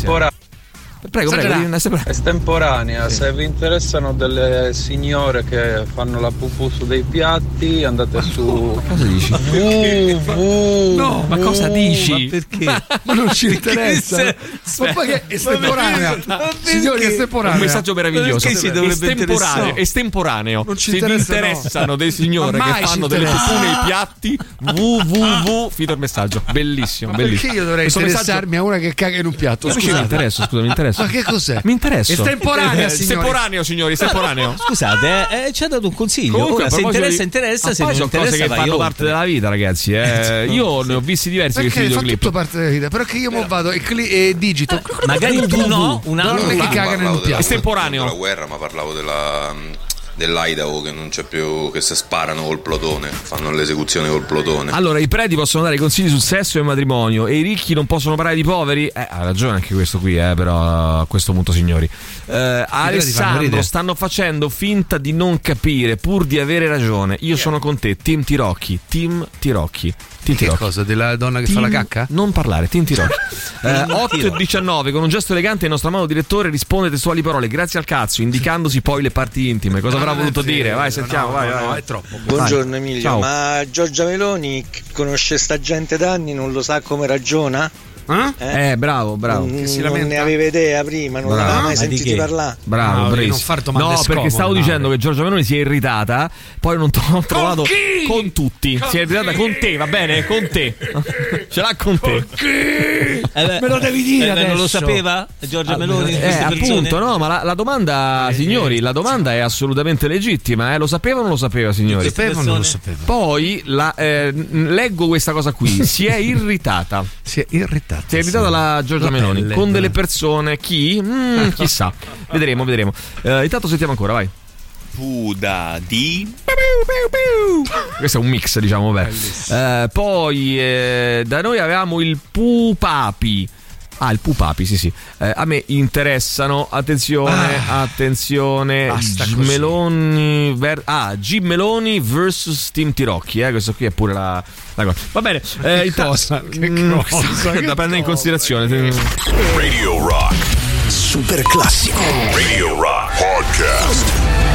[SPEAKER 3] Prego,
[SPEAKER 23] estemporanea. Se vi interessano delle signore che fanno la pupù su dei piatti, andate su.
[SPEAKER 3] Cosa dici?
[SPEAKER 4] No, ma cosa dici?
[SPEAKER 5] Ma perché?
[SPEAKER 4] Ma non ci interessa. Ma poi che estemporanea? Signori, estemporanea.
[SPEAKER 3] Un messaggio meraviglioso.
[SPEAKER 5] Perché si dovrebbe
[SPEAKER 3] estemporaneo.
[SPEAKER 4] Non ci
[SPEAKER 3] se vi interessano dei signore che fanno delle pupù nei piatti, www. Finito il messaggio. Bellissimo, bellissimo.
[SPEAKER 4] Perché io dovrei interessarmi a una che caga in un piatto?
[SPEAKER 3] Scusa, mi interessa.
[SPEAKER 4] Ma che cos'è?
[SPEAKER 3] Mi interessa.
[SPEAKER 4] Estemporanea,
[SPEAKER 3] estemporaneo, signori, estemporaneo.
[SPEAKER 5] Scusate, ci ha dato un consiglio.
[SPEAKER 3] Comunque,
[SPEAKER 5] se interessa, se non
[SPEAKER 3] sono
[SPEAKER 5] interessa,
[SPEAKER 3] cose che fanno parte della vita, ragazzi. Io ne ho visti diversi questi videoclip.
[SPEAKER 4] Fa tutto parte della vita, però che io mo vado e digito.
[SPEAKER 5] Magari tu no, un altro
[SPEAKER 4] che cagano in un piatto.
[SPEAKER 3] Estemporaneo.
[SPEAKER 14] La guerra, ma parlavo dell'Idaho che non c'è più, che si sparano col plotone, fanno l'esecuzione col plotone.
[SPEAKER 3] Allora, i preti possono dare consigli sul sesso e il matrimonio e i ricchi non possono parlare di poveri? Ha ragione anche questo qui, però a questo punto, signori. Alessandro, stanno facendo finta di non capire pur di avere ragione. Io sono con te, Team Tirocchi.
[SPEAKER 4] Che cosa? Della donna che fa la cacca?
[SPEAKER 3] Non parlare, Team Tirocchi. 8:19, con un gesto elegante il nostro amato direttore risponde testuali parole: grazie al cazzo, indicandosi poi le parti intime. Cosa avrà l'ha voluto dire. Vai, sentiamo, vai.
[SPEAKER 4] È troppo.
[SPEAKER 10] Buongiorno Emilio,
[SPEAKER 3] Ciao.
[SPEAKER 10] ma Giorgia Meloni conosce sta gente da anni, non lo sa come ragiona?
[SPEAKER 3] Bravo.
[SPEAKER 10] Non ne aveva idea prima, non l'aveva mai sentito parlare.
[SPEAKER 3] Bravo,
[SPEAKER 4] non far domande scomode,
[SPEAKER 3] perché stavo dicendo che Giorgia Meloni si è irritata, poi non ho trovato con tutti. Si è irritata con te, va bene? Con te. Ce l'ha con te.
[SPEAKER 4] Me lo devi dire adesso.
[SPEAKER 5] Non lo sapeva Giorgia Meloni?
[SPEAKER 3] Appunto, no, ma la domanda, signori, la domanda è assolutamente legittima, Lo sapeva o non lo sapeva, signori?
[SPEAKER 4] Lo sapeva o non lo sapeva?
[SPEAKER 3] Poi leggo questa cosa qui. Si è irritata. Si è irritata la Giorgia Meloni con delle persone. Chissà. Vedremo. Intanto sentiamo ancora, vai.
[SPEAKER 11] Puda di.
[SPEAKER 3] Questo è un mix, diciamo. Poi da noi avevamo il Pupapi. Il Pupapi, sì. A me interessano, attenzione. G Meloni versus Team Tirocchi. Questo qui è pure la cosa. Va bene.
[SPEAKER 4] Che cosa?
[SPEAKER 3] Da prendere in considerazione.
[SPEAKER 2] Radio Rock.
[SPEAKER 18] Super classico.
[SPEAKER 2] Radio Rock Podcast.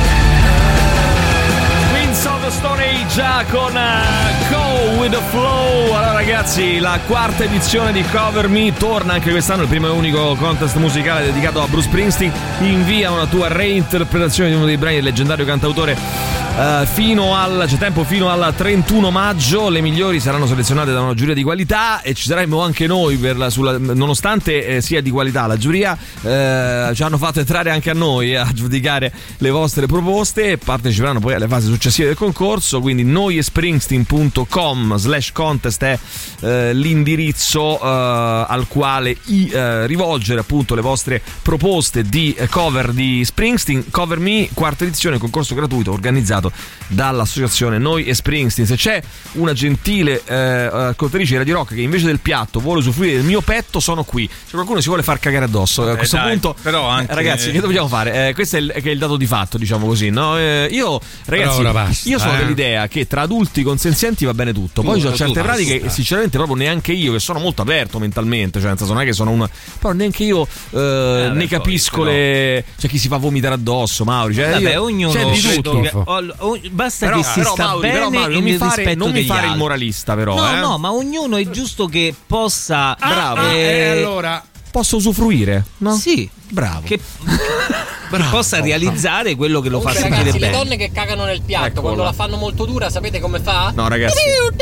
[SPEAKER 3] Of the Stone Age con Go With The Flow. Allora ragazzi, la quarta edizione di Cover Me torna anche quest'anno, il primo e unico contest musicale dedicato a Bruce Springsteen. Invia una tua reinterpretazione di uno dei brani del leggendario cantautore. C'è tempo fino al 31 maggio. Le migliori saranno selezionate da una giuria di qualità e ci saremo anche noi nonostante sia di qualità la giuria, ci hanno fatto entrare anche a noi a giudicare le vostre proposte e parteciperanno poi alle fasi successive del concorso. Quindi noiespringsteen.com/contest è l'indirizzo al quale rivolgere appunto le vostre proposte di cover di Springsteen. Cover Me, quarta edizione, concorso gratuito organizzato dall'associazione Noi e Springsteen. Se c'è una gentile ascoltatrice di Radio Rock che invece del piatto vuole usufruire del mio petto, sono qui. Se qualcuno si vuole far cagare addosso a questo punto,
[SPEAKER 11] però anche...
[SPEAKER 3] ragazzi, che dobbiamo fare? Questo è il dato di fatto, diciamo così, no? Io sono dell'idea che tra adulti consenzienti va bene tutto. Poi ho certe pratiche che sinceramente proprio neanche io, che sono molto aperto mentalmente, cioè nel senso non è che sono una, però neanche io ne capisco c'è chi si fa vomitare addosso, Mauri,
[SPEAKER 5] ognuno
[SPEAKER 3] c'è di tutto.
[SPEAKER 5] Basta che si sta
[SPEAKER 3] Mauri,
[SPEAKER 5] bene
[SPEAKER 3] non mi fare il moralista, però.
[SPEAKER 5] No, ma ognuno è giusto che possa.
[SPEAKER 4] Allora
[SPEAKER 3] posso usufruire, no?
[SPEAKER 5] Sì,
[SPEAKER 3] bravo.
[SPEAKER 5] Che possa realizzare quello che lo fa sentire
[SPEAKER 13] ragazzi,
[SPEAKER 5] bene.
[SPEAKER 13] le donne che cagano nel piatto quando la fanno molto dura, sapete come fa?
[SPEAKER 3] No, ragazzi.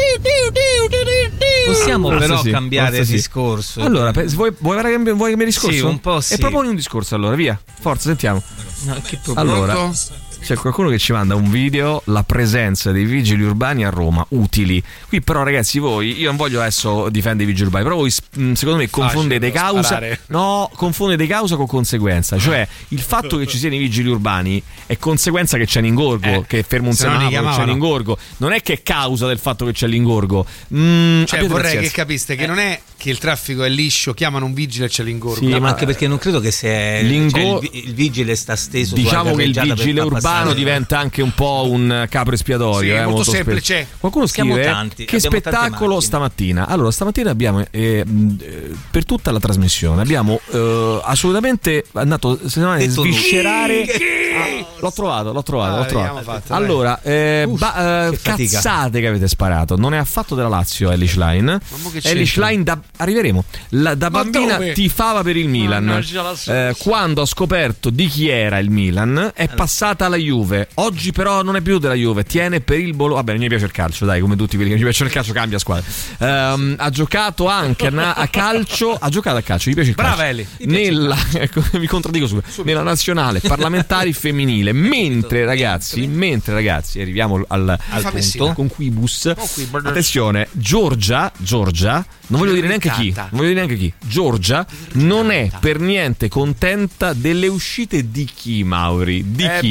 [SPEAKER 5] Possiamo però cambiare discorso.
[SPEAKER 3] Allora, vuoi cambiare discorso?
[SPEAKER 5] Sì, un po' sì.
[SPEAKER 3] E proponi un discorso allora, via. Forza, sentiamo.
[SPEAKER 5] No, che problema.
[SPEAKER 3] Allora, c'è qualcuno che ci manda un video, la presenza dei vigili urbani a Roma, utili. Qui però ragazzi, io non voglio adesso difendere i vigili urbani, però voi secondo me confondete causa con conseguenza. Cioè il fatto che ci siano i vigili urbani è conseguenza che c'è l'ingorgo, che ferma un semaforo, che c'è l'ingorgo. Non è che è causa del fatto che c'è l'ingorgo.
[SPEAKER 4] Vorrei che capiste che non è che il traffico è liscio, chiamano un vigile e c'è l'ingorgo.
[SPEAKER 5] Sì, ma anche perché non credo che se il vigile sta steso,
[SPEAKER 3] diciamo che il vigile urbano diventa anche un po' un capro espiatorio.
[SPEAKER 4] Sì, molto semplice.
[SPEAKER 3] Qualcuno scrive che spettacolo stamattina. Allora, stamattina abbiamo per tutta la trasmissione abbiamo assolutamente andato a sviscerare. L'ho trovato. Allora, cazzate che avete sparato. Non è affatto della Lazio Elish Line. Elish Line arriveremo. Da bambina tifava per il Milan. Quando ho scoperto di chi era il Milan, è passata alla Juve. Oggi però non è più della Juve, tiene per il Bologna. Vabbè, non gli piace il calcio, dai, come tutti quelli che non gli piacciono il calcio cambia squadra. Ha giocato anche a calcio. Gli piace il calcio.
[SPEAKER 4] Brava Eli.
[SPEAKER 3] Mi contraddico subito. Nella nazionale parlamentari femminile. Mentre ragazzi, arriviamo al punto con Quibus. Attenzione, Giorgia, non voglio dire neanche chi. Giorgia non è per niente contenta delle uscite di chi, Mauri? Di chi?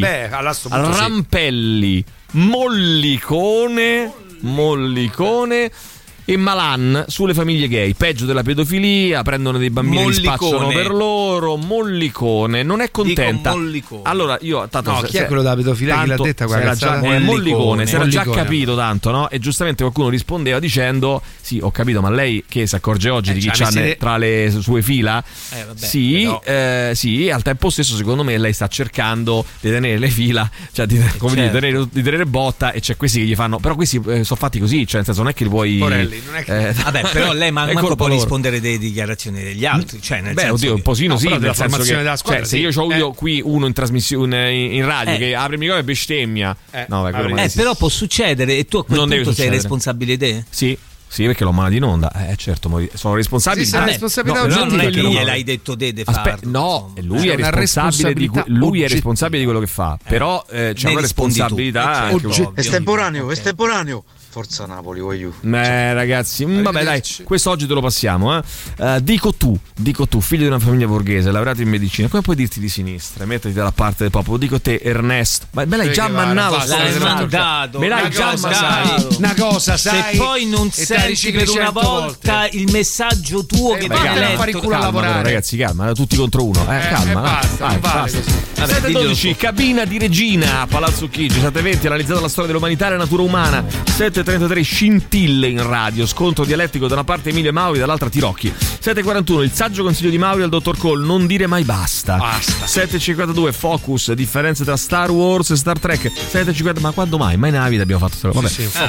[SPEAKER 3] Rampelli, Mollicone e malan sulle famiglie gay, peggio della pedofilia, prendono dei bambini, li spacciano per loro, mollicone, non è contenta. Allora io tanto
[SPEAKER 4] chi è quello della pedofilia che l'ha detta
[SPEAKER 3] mollicone, si era già capito tanto, no? E giustamente qualcuno rispondeva dicendo sì, ho capito, ma lei che si accorge oggi di chi c'ha tra le sue fila? Sì, al tempo stesso secondo me lei sta cercando di tenere le fila, cioè di tenere botta, e c'è questi che gli fanno, però questi sono fatti così, cioè nel senso non è che li puoi
[SPEAKER 5] non è che... vabbè, però lei manco può rispondere delle dichiarazioni degli altri, cioè nel senso
[SPEAKER 3] oddio, un posino sì,
[SPEAKER 4] nel senso che della squadra,
[SPEAKER 3] se io ho io qui uno in trasmissione in radio che apre il microfono e bestemmia,
[SPEAKER 5] però può succedere, e tu a quel punto sei responsabile te?
[SPEAKER 3] Sì, perché l'ho mandato in onda. Certo, sono responsabili.
[SPEAKER 4] Sì, responsabilità
[SPEAKER 5] non è che gliel'hai detto te di farlo.
[SPEAKER 3] No, lui è responsabile lui è responsabile di quello che fa. Però c'è una responsabilità
[SPEAKER 7] estemporaneo. Forza Napoli, voglio.
[SPEAKER 3] Ragazzi, vabbè dai, questo oggi te lo passiamo. Dico tu, figlio di una famiglia borghese, laureato in medicina, come puoi dirti di sinistra? Mettiti dalla parte del popolo. Dico te, Ernesto, ma me l'hai già mandato.
[SPEAKER 5] Me l'hai già mandato.
[SPEAKER 4] Una cosa, sai?
[SPEAKER 5] Se poi non senti per una volta il messaggio tuo che vai a letto,
[SPEAKER 3] lavorare. Ragazzi, calma, tutti contro uno. Calma, basta. 7:12, cabina di Regina, Palazzo Chigi. 7:20, analizzata la storia dell'umanità e la natura umana. 7:33, scintille in radio, scontro dialettico da una parte Emilio e Mauri, dall'altra Tirocchi. 7:41, il saggio consiglio di Mauri al dottor Cole, non dire mai basta. 7:52, Focus, differenze tra Star Wars e Star Trek. 7:50, ma quando mai nella vita abbiamo fatto vabbè.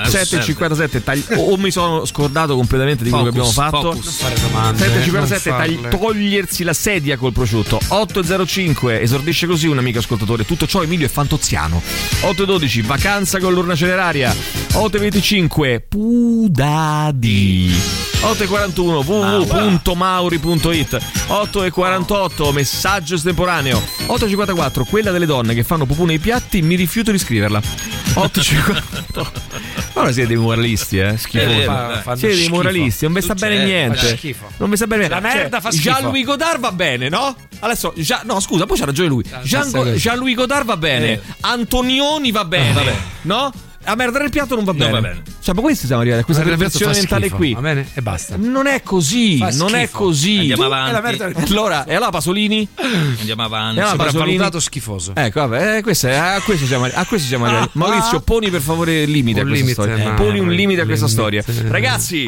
[SPEAKER 3] 7:57, o mi sono scordato completamente di quello che abbiamo fatto. 7:57, togliersi la sedia col prosciutto. 8:05, esordisce così un amico ascoltatore, tutto ciò Emilio è fantoziano. 8:12, vacanza con l'urna cineraria. 8:25, Pudadi. 8:41, www.mauri.it. 8:48, messaggio estemporaneo. 8:54, quella delle donne che fanno pupù nei piatti, mi rifiuto di scriverla. 8:58. Ora siete dei moralisti, schifoso. Siete dei moralisti, non mi sta bene niente. Non mi sta bene.
[SPEAKER 4] La merda fa schifo.
[SPEAKER 3] Jean-Louis Godard va bene, no? Adesso no, scusa, poi c'ha ragione lui. Jean-Louis Godard va bene. Antonioni va bene, no? A merda del piatto non va bene. Cioè, ma questi siamo arrivati a questa perversione mentale qui.
[SPEAKER 4] Va bene e basta.
[SPEAKER 3] Non è così, non è così.
[SPEAKER 5] Andiamo avanti.
[SPEAKER 3] Allora, e allora Pasolini?
[SPEAKER 5] Andiamo avanti.
[SPEAKER 4] Sopravvalutato schifoso.
[SPEAKER 3] Ecco, vabbè, a questo siamo arrivati. Maurizio, poni per favore il limite a questa storia. Poni un limite a questa storia. Ragazzi,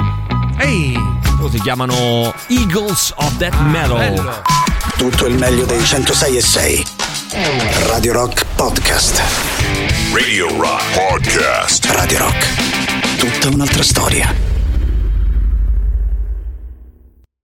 [SPEAKER 3] si chiamano Eagles of Death Metal.
[SPEAKER 12] Tutto il meglio dei 106.6 Radio Rock Podcast.
[SPEAKER 2] Radio Rock Podcast.
[SPEAKER 12] Radio Rock, tutta un'altra storia.